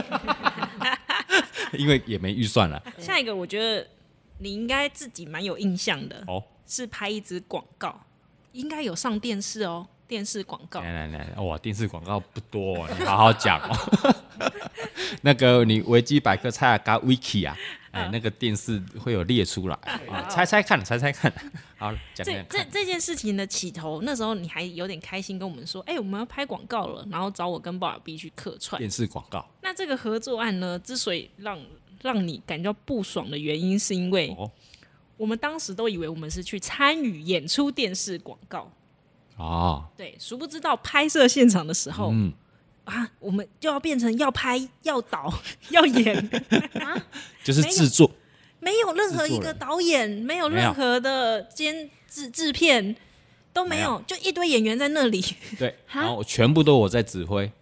因为也没预算了。
下一个，我觉得你应该自己蛮有印象的，是拍一支广告，应该有上电视哦。电视广告，
哇，电视广告不多，你好好讲哦。那个你维基百科查加 wiki 啊，那个电视会有列出来，猜猜看。好，讲
这件事情的起头，那时候你还有点开心跟我们说，我们要拍广告了，然后找我跟鲍尔 B 去客串
电视广告。
那这个合作案呢，之所以让你感到不爽的原因，是因为我们当时都以为我们是去参与演出电视广告。对，殊不知到拍摄现场的时候，我们就要变成要拍、要导、要演
就是制作，
没有任何一个导演，没有任何的制片都没有，就一堆演员在那里。
对，然后全部都我在指挥，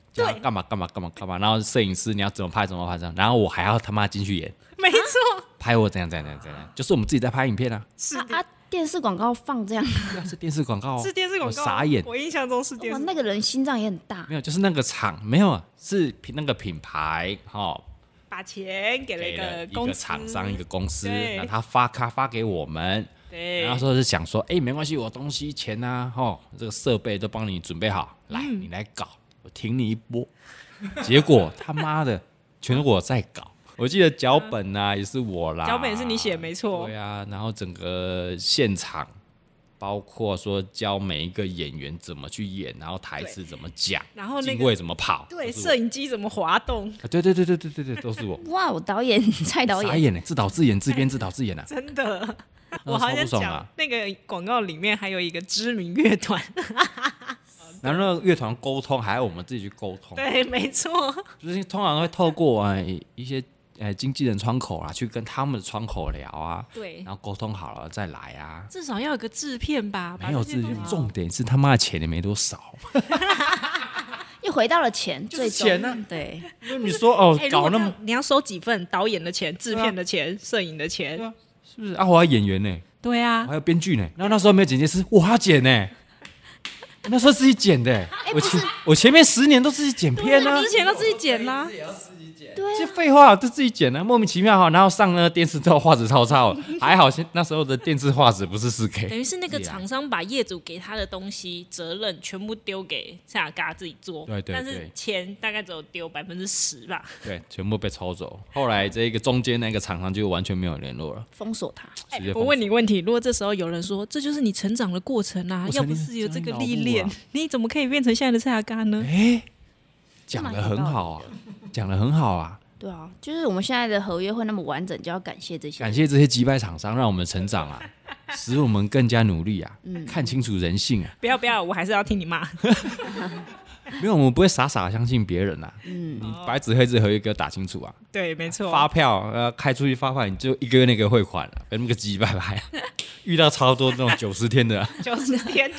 叫干嘛，然后摄影师你要怎么拍这样，然后我还要他妈进去演，
没错，
拍我怎样，就是我们自己在拍影片啊。
是
电视广告放这样，
是电视广告，
是电视广告，
我傻眼。
我印象中是电视。
那个人心脏也很大。
没有，就是那个厂没有，是那个品牌
把钱给了一个
厂商一个公司，那他发给我们，
对，
然后说是想说，没关系，我东西钱啊，这个设备都帮你准备好，来你来搞，我挺你一波。结果他妈的全是我在搞。我记得脚本啊也是我啦，
脚本也是你写没错。
对啊，然后整个现场，包括说教每一个演员怎么去演，然后台词怎么讲，
然后
镜位怎么跑，
对，摄影机怎么滑动，
对，都是我。
哇，我导演蔡导演，
傻眼呢，自导自演，自编自导自演啊，
真的。我好像讲那个广告里面还有一个知名乐团。
然后那个乐团沟通还要我们自己去沟通，
对，没错，
就是通常会透过一些经纪人窗口去跟他们的窗口聊啊，
对，
然后沟通好了再来啊，
至少要有个制片吧，
没有制片，重点是他妈的钱也没多少，
又回到了钱，
就是钱呢，
对，
因为你说搞那么，
你要收几份？导演的钱、制片的钱、摄影的钱，
是不是啊？我还有演员呢，
对啊，
我还有编剧呢，然后那时候没有剪接师，我还要剪呢。那时候自己剪的，我前面10年都自己剪片啊，
之前都自己剪啦，
对，
这废话都自己剪了，莫名其妙然后上那个电视之后画质超差，还好那时候的电视画质不是4K，
等于是那个厂商把业主给他的东西责任全部丢给塞尔嘎自己做，
对，
但是钱大概只有丢10%吧，
对，全部被抽走。后来这个中间那个厂商就完全没有联络了，
封锁他。
我问你问题，如果这时候有人说这就是你成长的过程啊，要不是有这个历练，你怎么可以变成现在的塞尔嘎呢？
讲得很好啊，讲得很好啊。
对啊，就是我们现在的合约会那么完整，就要感谢这
些击败厂商，让我们成长啊，使我们更加努力啊，看清楚人性啊。
不要，我还是要听你骂。
没有，我们不会傻傻相信别人啊。你白纸黑字合约给我打清楚啊。
对，没错。
发票开出去发票，你就1个月那个汇款了，别那么个鸡掰掰。遇到超多那种90天的
，90天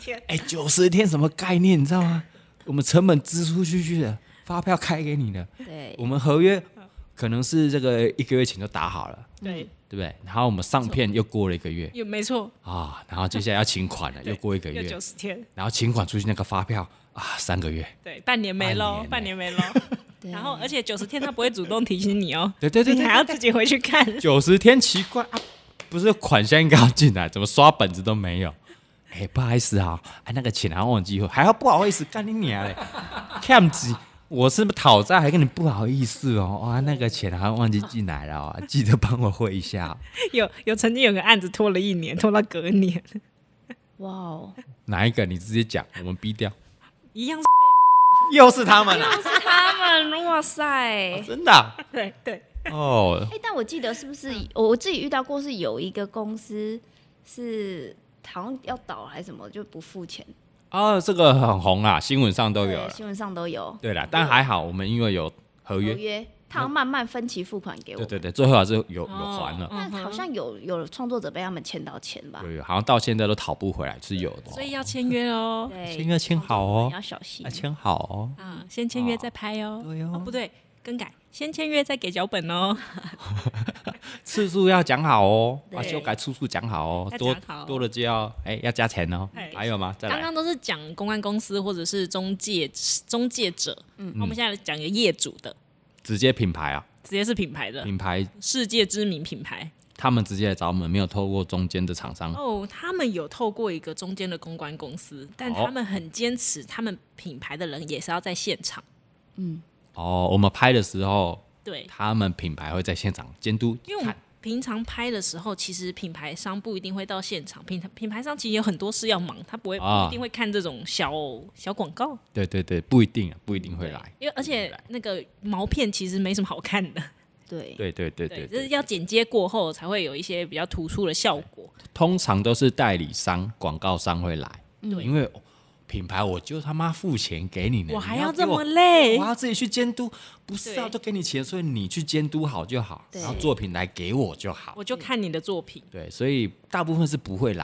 ，90天什么概念？你知道吗？我们成本支出去的。发票开给你的，
对，
我们合约可能是这个1个月前就打好了，
对
不对？然后我们上片又过了1个月，
没错
啊，然后接下来要请款了，又过1个月，
又90天，
然后请款出去那个发票3个月，
对，半年没喽，然后而且90天他不会主动提醒你哦，
对，
你还要自己回去看。
90天奇怪啊，不是款项应该要进来，怎么刷本子都没有？不好意思啊，那个钱还忘记，还要不好意思，干你娘嘞，欠子。我是不是讨债还跟你不好意思哦？哇，那个钱还忘记进来了哦，记得帮我汇一下。
有曾经有个案子拖了1年，拖到隔年。
哇哦，
哪一个？你直接讲，我们逼掉。
一样是
又是他们啊！
又是他们，哇塞！
真的啊？
对
哦。
但我记得是不是我自己遇到过，是有一个公司是好像要倒还是什么，就不付钱。
这个很红啊，新闻上都有，
新闻上都有。
对啦，但还好，我们因为有合约，
他要慢慢分期付款给我。
对，最后还是有还了。
但好像有创作者被他们欠到钱吧？
有，好像到现在都讨不回来，是有的。
所以要签约哦，
对，
签好哦，
要小心，
签好哦。
先签约再拍哦。
对哦，
不对，更改，先签约再给脚本哦。
次数要讲好哦，修改次数讲好哦，多了就要加钱哦。还有吗？
刚刚都是讲公关公司或者是中介者，我们现在讲一个业主的，
直接品牌啊，
直接是品牌的，世界知名品牌，
他们直接来找我们，没有透过中间的厂商。
他们有透过一个中间的公关公司，但他们很坚持，他们品牌的人也是要在现场。
我们拍的时候。
对，
他们品牌会在现场监督，
因为我们平常拍的时候，其实品牌商不一定会到现场，品牌商其实有很多事要忙，他不一定会看这种小广告。
对，不一定会来，
因为而且那个毛片其实没什么好看的。
对，
就是要剪接过后才会有一些比较突出的效果。
通常都是代理商、广告商会来，因为。品牌我就他妈付钱给你呢，
我还要这么累，
我要自己去监督，不是啊，都给你钱，所以你去监督好就好，然后作品来给我就好，
我就看你的作品。
对，所以大部分是不会来的，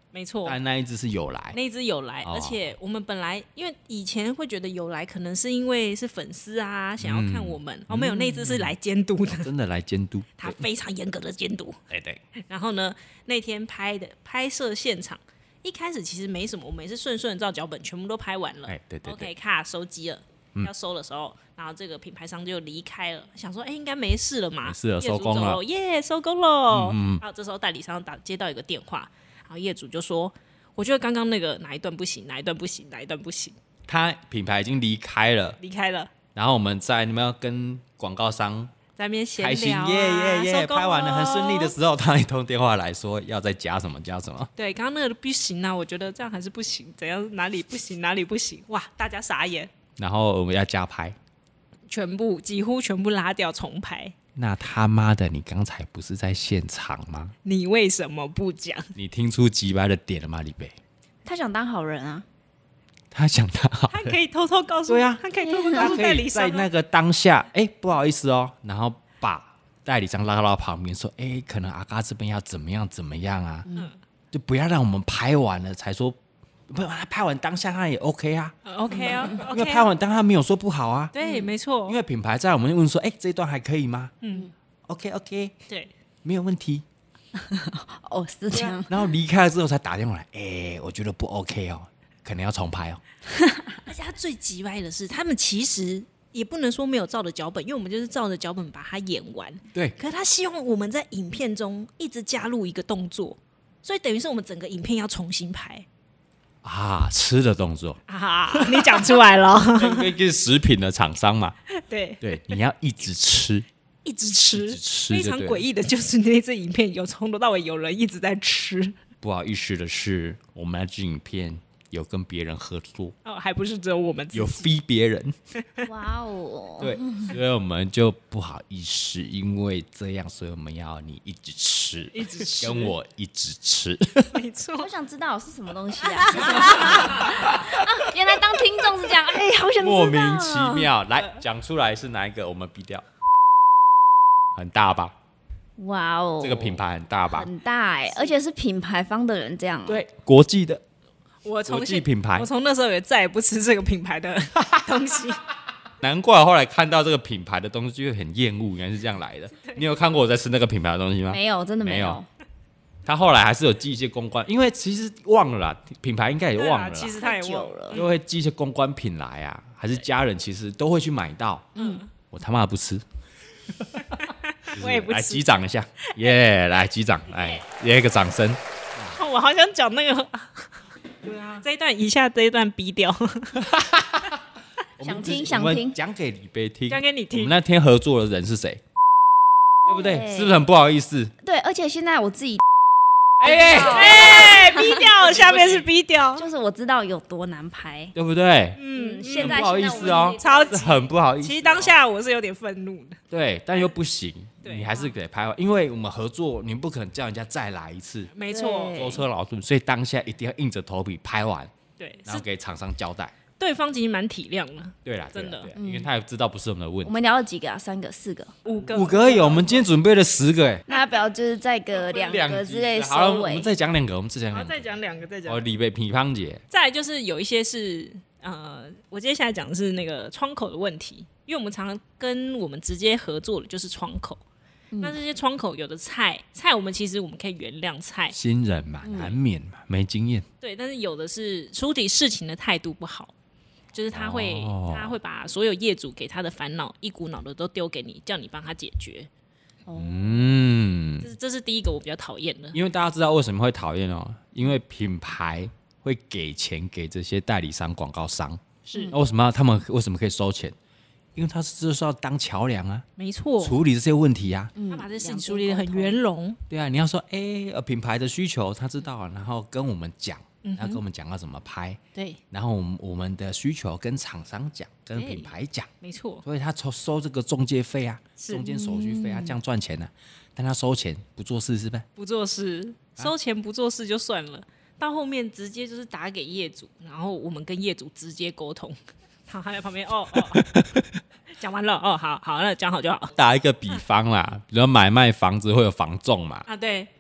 没错，
但那一只是有来，
那一只有来，而且我们本来因为以前会觉得有来，可能是因为是粉丝啊，想要看我们，没有，那一只是来监督的，
真的来监督，
他非常严格的监督。
对。
然后呢，那天拍摄现场一开始其实没什么，我们也是顺的照脚本全部都拍完了，
对
，OK， 卡收机了。要收的时候，然后这个品牌商就离开了，想说应该没事了嘛，
没事了，收工了，
耶，收工了。然后这时候代理商接到一个电话，然后业主就说：“我觉得刚刚那个哪一段不行，哪一段不行，哪一段不行。”
他品牌已经离开了，然后我们在那边跟广告商
在那边闲聊
耶，拍完了很顺利的时候，他一通电话来说要再加什么加什么。
对，刚刚那个不行啊，我觉得这样还是不行，怎样哪里不行哪里不行，哇，大家傻眼。
然后我们要加拍，
几乎全部拉掉重拍。
那他妈的，你刚才不是在现场吗？
你为什么不讲？
你听出鸡掰的点了吗，李贝？
他想当好人啊，
他想当好人，
他可以偷偷告诉，
对啊，
他可以偷偷告诉代理商，
在那个当下，不好意思哦，然后把代理商拉到旁边说，可能阿嘎这边要怎么样啊，就不要让我们拍完了才说。不，他拍完当下他也 OK 啊
，OK 啊，
因为拍完当下没有说不好啊，
对，没错。
因为品牌在我们问说，这一段还可以吗？OK，
对，
没有问题。
哦，是这样。
然后离开了之后才打电话来，我觉得不 OK 哦，可能要重拍哦。
而且他最急歪的是，他们其实也不能说没有照着脚本，因为我们就是照着脚本把它演完。
对。
可是他希望我们在影片中一直加入一个动作，所以等于是我们整个影片要重新拍。
吃的动作
你讲出来了，
因为是食品的厂商嘛，
对，
你要一直吃，
一直吃，非常诡异的就是那支影片从头到尾有人一直在吃。
不好意思的是，我们那支影片有跟别人合作
还不是只有我们自己，
有 feed 别人。
哇哦，
对，所以我们就不好意思，因为这样，所以我们要你一直吃，跟我一直吃。
没错，
我想知道是什么东西啊？原来当听众是这样，好想知道，
莫名其妙。来讲出来是哪一个？我们比掉，很大吧？
哇哦，
这个品牌很大吧？
很大而且是品牌方的人这样。
对，国际的。
国
际品牌，
我从那时候也再也不吃这个品牌的东西。
难怪我后来看到这个品牌的东西就很厌恶，原来是这样来的。你有看过我在吃那个品牌的东西吗？
没有，真的没有。
他后来还是有寄一些公关，因为其实忘了啦，品牌应该也忘了啦，
其实他也忘了，
就会寄一些公关品来啊，还是家人其实都会去买到。我他妈不吃。
我也不吃。
来击掌一下，来击掌，来，一个掌声。
我好想讲那个。对啊，这一下这一段逼掉。
想听，
讲给李贝听，
讲给你听。
我们那天合作的人是谁？对不对？是不是很不好意思？
对，而且现在我自己，
逼掉，下面是逼掉，
就是我知道有多难拍，
对不对？
现在
不好意思哦，
超级
很不好意思。
其实当下我是有点愤怒的，
对，但又不行，你还是得拍完，因为我们合作，你不可能叫人家再来一次，
没错，
舟车劳顿，所以当下一定要硬着头皮拍完，
对，
然后给厂商交代。
对方其实蛮体谅的，
对啦，
真的，
因为他也知道不是我们的问题。
我们聊了几个啊？3个、4个、
5
个而已。我们今天准备了10个，
那要不要就是再个2个之类收尾？
好了，我们再讲2个，
再讲2个，再讲。
李贝品芳姐。
再来就是有一些是我接下来讲的是那个窗口的问题，因为我们常常跟我们直接合作的就是窗口。那这些窗口有的菜我们其实我们可以原谅菜，
新人嘛，难免嘛，没经验。
对，但是有的是处理事情的态度不好，就是他会把所有业主给他的烦恼一股脑的都丢给你，叫你帮他解决。这是第一个我比较讨厌的。
因为大家知道为什么会讨厌哦，因为品牌会给钱给这些代理商、广告商，
是
那他们为什么可以收钱？因为他就是要当桥梁啊，
没错，
处理这些问题啊，
他把这事情处理得很圆融。
对啊，你要说品牌的需求他知道，然后跟我们讲，然后跟我们讲要怎么拍，
对，
然后我们的需求跟厂商讲，跟品牌讲，
没错，
所以他收这个中介费啊，中间手续费啊，这样赚钱啊。但他收钱不做事是不是？
不做事，收钱不做事就算了，到后面直接就是打给业主，然后我们跟业主直接沟通。好，他在旁边讲完了好，那讲好就好。
打一个比方啦，比如买卖房子会有房仲嘛，
对，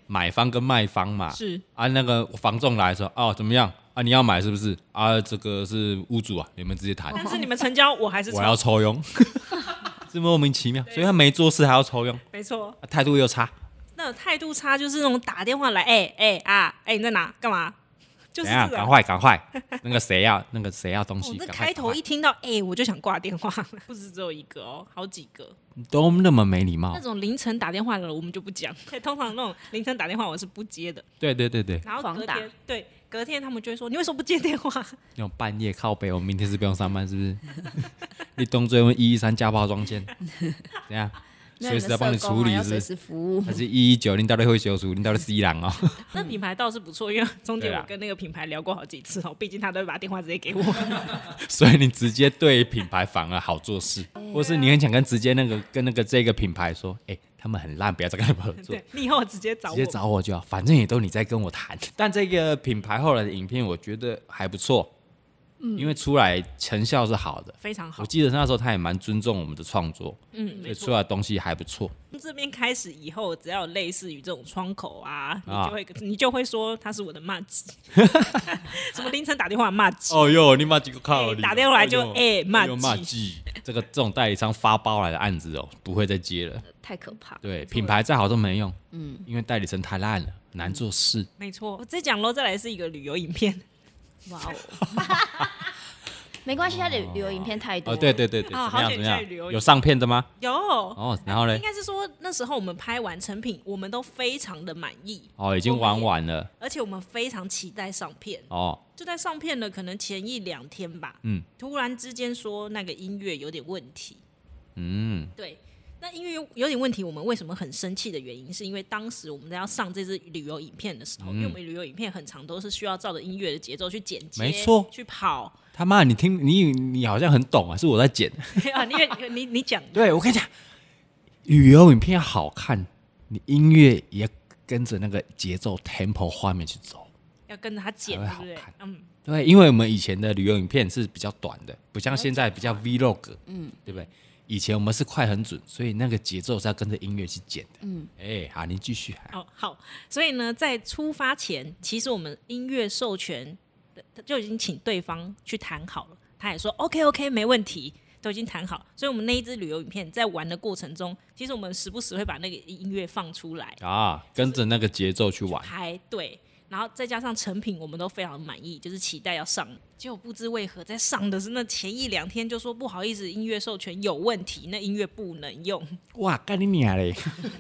买方跟卖方嘛，
是
那个房仲来说怎么样啊？你要买是不是啊？这个是屋主啊，你们直接谈。
但是你们成交，我还是
我要抽佣，是莫名其妙，所以他没做事还要抽佣，
没错，
态度又差。
那态度差就是那种打电话来，你在哪？干嘛？就是这
赶快，那个谁要东西。
这开头一听到我就想挂电话，不是只有一个哦，好几个
都那么没礼貌。
那种凌晨打电话的我们就不讲，通常那种凌晨打电话我是不接的。
对。
然后隔天他们就会说你为什么不接电话？
那种半夜靠北，我明天是不用上班是不是？你动作用113加爆装件，怎样？随时要帮你处理，是不是？
随时服务。
还是119？你到底会修除？你到底是C人哦？
那品牌倒是不错，因为中间我跟那个品牌聊过好几次哦，毕竟他都会把电话直接给我，
所以你直接对品牌反而好做事，或是你很想直接跟这个品牌说，他们很烂，不要再跟他们合作。
你以后直接找
我就好，反正也都你在跟我谈。但这个品牌后来的影片，我觉得还不错。因为出来成效是好的，
非常好。
我记得那时候他也蛮尊重我们的创作，
所
以出来的东西还不错。
从这边开始以后，只要有类似于这种窗口你就会说他是我的骂鸡，什么凌晨打电话骂鸡，
你骂鸡个靠！
打电话来就骂
鸡，这种代理商发包来的案子不会再接了，
太可怕。
对，品牌再好都没用，因为代理商太烂了，难做事。
没错，我再讲喽，再来是一个旅游影片。
哇哦，没关系，他的旅游影片太多。
对，怎么样？有上片的吗？
有。
然后呢？
应该是说那时候我们拍完成品，我们都非常的满意。
已经玩完了。
而且我们非常期待上片。就在上片的可能前1-2天吧。突然之间说那个音乐有点问题。对。那音乐有点问题，我们为什么很生气的原因，是因为当时我们在要上这支旅游影片的时候，因为我们旅游影片很长都是需要照着音乐的节奏去剪接，
没错，
去跑。
他妈，你好像很懂啊，是我在剪
你讲。
对，我跟你讲，旅游影片要好看，你音乐也跟着那个节奏 tempo 画面去走，
要跟着它剪，对不对？
对，因为我们以前的旅游影片是比较短的，不像现在比较 vlog，对不对？以前我们是快很准，所以那个节奏是要跟着音乐去剪的。好，你继续。
好，所以呢，在出发前，其实我们音乐授权就已经请对方去谈好了，他也说 OK 没问题，都已经谈好。所以我们那一支旅游影片在玩的过程中，其实我们时不时会把那个音乐放出来
跟着那个节奏去玩。
对。然后再加上成品，我们都非常满意，就是期待要上。结果不知为何，在上的是那前1-2天就说不好意思，音乐授权有问题，那音乐不能用。
哇，干你娘嘞！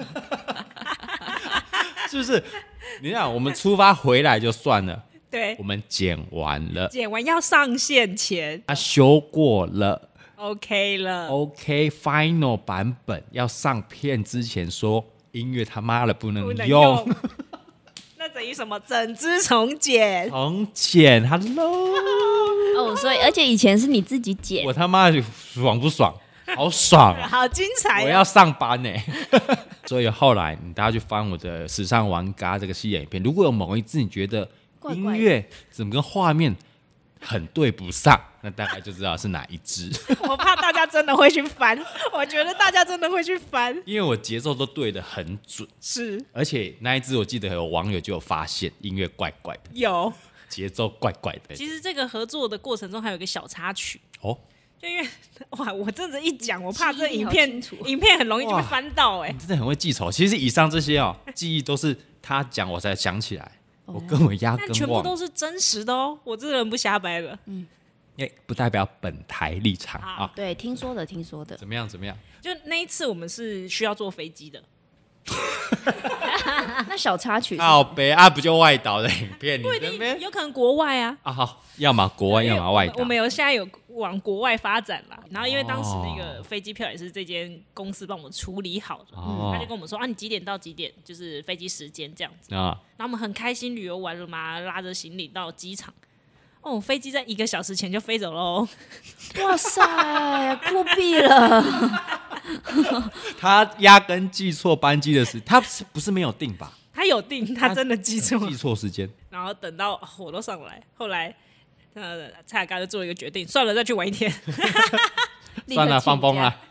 是不是？你看，我们出发回来就算了，
对，
我们剪完了，
剪完要上线前，
他修过了
，OK 了
，OK，final 版本要上片之前说音乐他妈的不能用。
那等于什么？整支重剪
，Hello。
所以而且以前是你自己剪，
我他妈爽不爽？好爽
好精彩
我要上班呢。所以后来大家去翻我的时尚玩咖这个系列影片，如果有某一支你觉得音乐怎么跟画面很对不上，那大概就知道是哪一支。
我怕大家真的会去翻，我觉得大家真的会去翻，
因为我节奏都对得很准，
是，
而且那一支我记得有网友就有发现音乐怪怪的，
有
节奏怪怪的。
其实这个合作的过程中还有一个小插曲就因为我真的一讲，我怕这影片很容易就被翻到你
真的很会记仇。其实以上这些记忆都是他讲我才想起来。我根本压根忘了，
但全部都是真实的我这个人不瞎掰的。
不代表本台立场
对，听说的。
怎么样？
就那一次我们是需要坐飞机的。
那小插曲
靠北不就外岛的影片？
不一定，有可能国外
好，要么国外，要么外岛。
我们现在有往国外发展了。然后因为当时那个飞机票也是这间公司帮我们处理好的，他就跟我们说你几点到几点，就是飞机时间这样子。然后我们很开心旅游完了嘛，拉着行李到机场。飞机在1个小时前就飞走喽！
哇塞，酷毙了！
他压根记错班机的时，他不是没有定吧？
他有定，他真的记错
时间。
然后等到火都上来，后来蔡雅刚就做一个决定，算了，再去玩1天。
算了，放风了。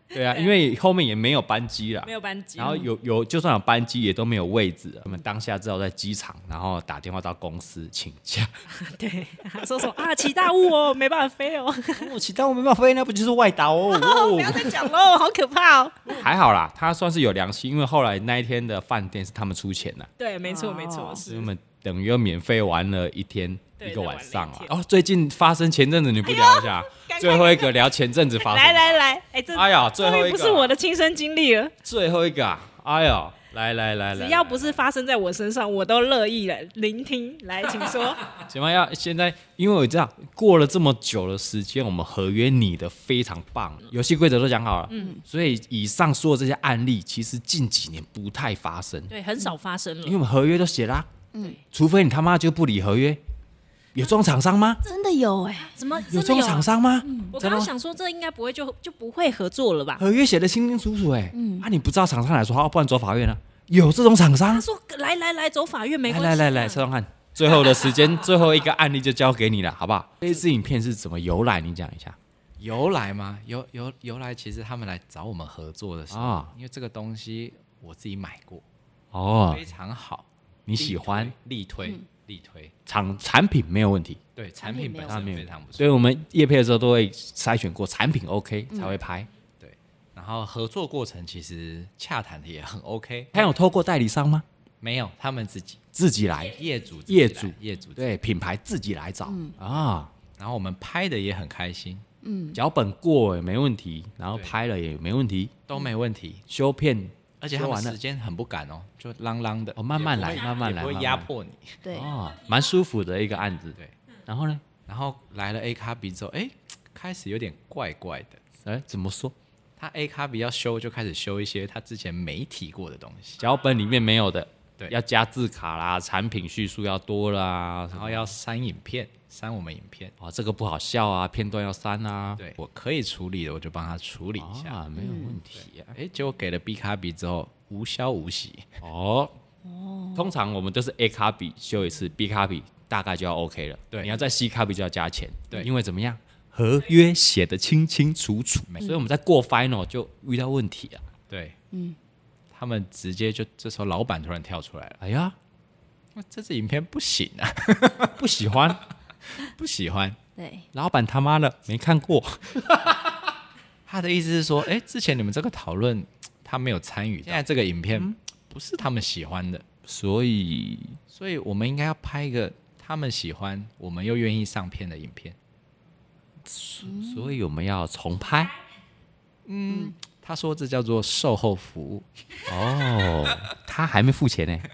对啊，因为后面也没有班机啦，
没有班机，
然后有就算有班机也都没有位置，我们当下只好在机场，然后打电话到公司请假。
对，说什么啊起大雾哦，没办法飞哦，
起大雾没办法飞，那不就是外岛哦？
不要再讲喽，好可怕哦。
还好啦，他算是有良心，因为后来那一天的饭店是他们出钱的。
对，没错没错，是
我们等于又免费玩了一天一个晚上啊。最近发生前阵子你不聊一下？最后一个聊前阵子发生。
来，
哎呀，最后一个
不是我的亲身经历了。
最后一个啊，哎呀，来，
只要不是发生在我身上，我都乐意来聆听。来，请说。
请问现在，因为我这样过了这么久的时间，我们合约拟的非常棒，游戏规则都讲好了，所以以上说的这些案例，其实近几年不太发生，
对，很少发生了，
因为我们合约都写啦，除非你他妈就不理合约。有这种厂商吗？
真的有
怎么
有这种厂商吗？
我刚刚想说，这应该不会就不会合作了吧？
合约写的清清楚楚你不知道厂商来说，好，不然走法院啊？有这种厂商？
他说来走法院没关系。
来，车东汉，最后的时间，最后一个案例就交给你了，好不好？这支影片是怎么由来？你讲一下。
由来吗？由来，其实他们来找我们合作的时候，因为这个东西我自己买过，非常好，
你喜欢，
力推。
产品没有问题，
对，产品本身非常不错，
所以我们业配的时候都会筛选过产品 OK 才会拍，
对。然后合作过程其实洽谈的也很 OK。
他有透过代理商吗？
没有，他们自己来，业主
对，品牌自己来找
然后我们拍的也很开心，
脚本过也没问题，然后拍了也没问题，
都没问题，
修片。
而且他们时间很不赶哦，就啷啷的
慢慢来，
不会压迫你。
对
蛮舒服的一个案子。
对，
然后呢？
然后来了 A 卡比之后，开始有点怪怪的。
怎么说？
他 A 卡比要修，就开始修一些他之前没提过的东西，
脚本里面没有的。
对，
要加字卡啦，产品叙述要多啦，
然后要删我们影片。
这个不好笑啊，片段要删啊。
对，我可以处理的，我就帮他处理一下，
没有问题啊。
结果给了 B 卡比之后，无消无息。
通常我们都是 A 卡比修一次 ，B 卡比大概就要 OK 了。
对，
你要在 C 卡比就要加钱。
对，
因为怎么样，合约写得清清楚楚，所以我们在过 final 就遇到问题了。
对，他们直接就这时候老板突然跳出来了，
哎呀，
这支影片不行啊，
不喜欢，
对，
老板他妈的没看过。
他的意思是说，之前你们这个讨论他没有参与，现在这个影片不是他们喜欢的，
所以
我们应该要拍一个他们喜欢，我们又愿意上片的影片，
所以我们要重拍。
他说这叫做售后服务。
他还没付钱呢。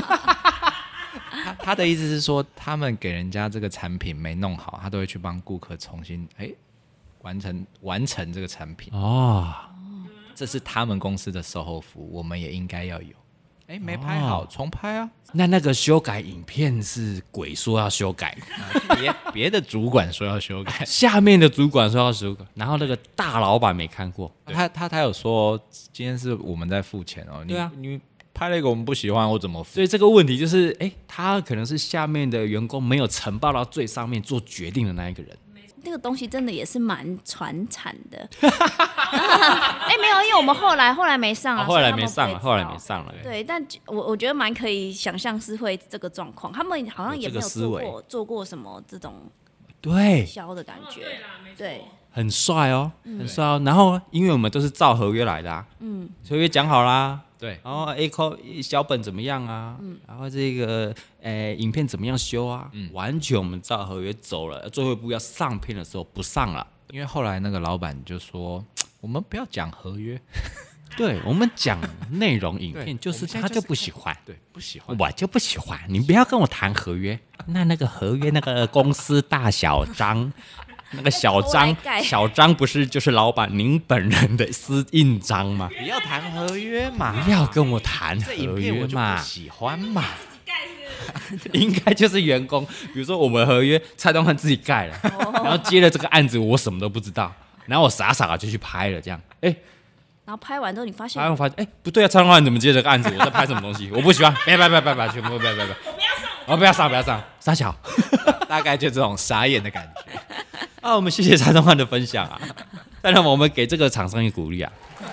他的意思是说，他们给人家这个产品没弄好，他都会去帮顾客重新完成这个产品。这是他们公司的售后服务，我们也应该要有。没拍好，重拍啊。
那个修改影片是鬼说要修改，
别的主管说要修改，
下面的主管说要修改，然后那个大老板没看过。
他有说今天是我们在付钱哦。
对啊，
你拍了一个我们不喜欢，我怎么付？
所以这个问题就是，他可能是下面的员工没有呈报到最上面做决定的那一个人。
那个东西真的也是蛮传产的。没有，因为我们后来没上啊，
后来没上了。
对，但我觉得蛮可以想象是会这个状况，他们好像也没有做过什么这种销的感觉，对，
很帅哦，很帅哦。然后因为我们都是照合约来的啊，合约讲好啦。
对，
然后 A 扣小本怎么样啊？然后这个影片怎么样修啊？完全我们照合约走了，最后一步要上片的时候不上了，
因为后来那个老板就说，我们不要讲合约，
对，我们讲内容影片，就是他就不喜欢，
对，不喜欢，
我就不喜欢，你不要跟我谈合约，那个合约那个公司大小章。那个小章不是就是老板您本人的私印章吗？
不要谈合约嘛，
不要跟我谈合约嘛，
喜欢嘛，
应该就是员工，比如说我们合约蔡东汉自己盖了，然后接了这个案子，我什么都不知道，然后我傻傻的就去拍了，这样，然
后拍完之后你发现，
不对啊，蔡东汉怎么接这个案子？我在拍什么东西？我不喜欢，别，全部别，不要上，傻小，
大概就这种傻眼的感觉。
我们谢谢蔡东汉的分享啊。 当然我们给这个厂商一个鼓励啊。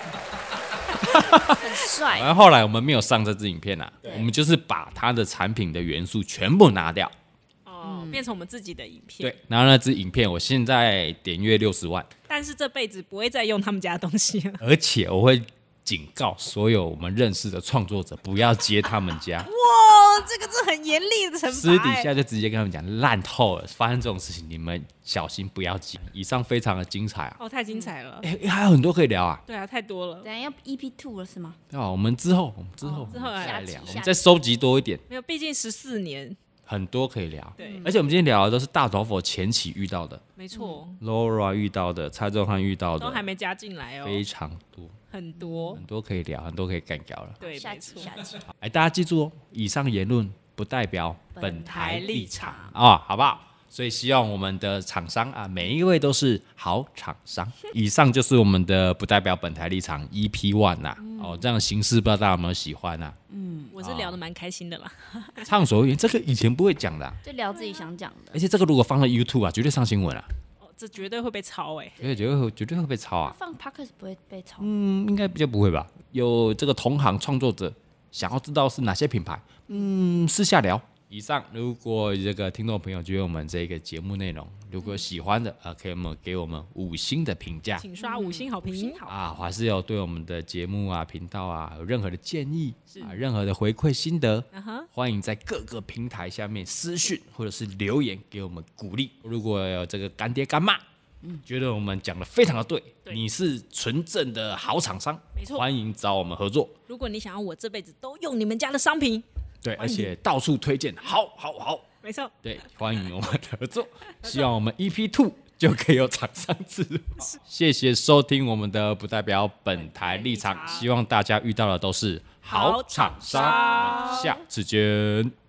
很帅。
然后后来我们没有上这支影片啊，我们就是把它的产品的元素全部拿掉，
变成我们自己的影片。
对，然后那支影片我现在点阅60万，
但是这辈子不会再用他们家的东西了。
而且我会警告所有我们认识的创作者不要接他们家。
哇，这个是很严厉的惩罚。
私底下就直接跟他们讲，烂透了，发生这种事情你们小心不要接。以上非常的精彩啊！
太精彩了。
还有很多可以聊啊。
对啊，太多了。
等下要 EP2 了是吗？
对啊，我们之后
再
聊，我们再收集多一点。
没有，毕竟14年。
很多可以聊，
对，
而且我们今天聊的都是大头佛前期遇到的，
没错
，Laura 遇到的，蔡宗翰遇到的，
都还没加进来哦，
非常多，
很多
可以聊，很多可以干掉了。
对，
下集。
大家记住哦，以上言论不代表本台立场啊，好不好？所以希望我们的厂商啊，每一位都是好厂商。以上就是我们的不代表本台立场 EP1 呐。这样形式不知道大家有没有喜欢啊？
我是聊得蛮开心的啦。
畅所欲言，这个以前不会讲的，
就聊自己想讲的。
而且这个如果放到 YouTube 啊，绝对上新闻啊。
这绝对会被抄
绝对会被抄啊。
放 Podcast 不会被抄？
应该比较不会吧？有这个同行创作者想要知道是哪些品牌，私下聊。以上，如果这个听众朋友觉得我们这个节目内容如果喜欢的可以给我们5星的评价，
请刷5星好评
啊！还是有对我们的节目啊、频道啊有任何的建议任何的回馈心得，欢迎在各个平台下面私讯或者是留言给我们鼓励。如果有这个干爹干妈，觉得我们讲的非常的对，你是纯正的好厂商，
没错，
欢迎找我们合作。
如果你想要我这辈子都用你们家的商品，
对，而且到处推荐，好，
没错，
对，欢迎我们的合作。希望我们 EP2 就可以有厂商自豪。谢谢收听我们的不代表本台立场，希望大家遇到的都是好厂商。下次见。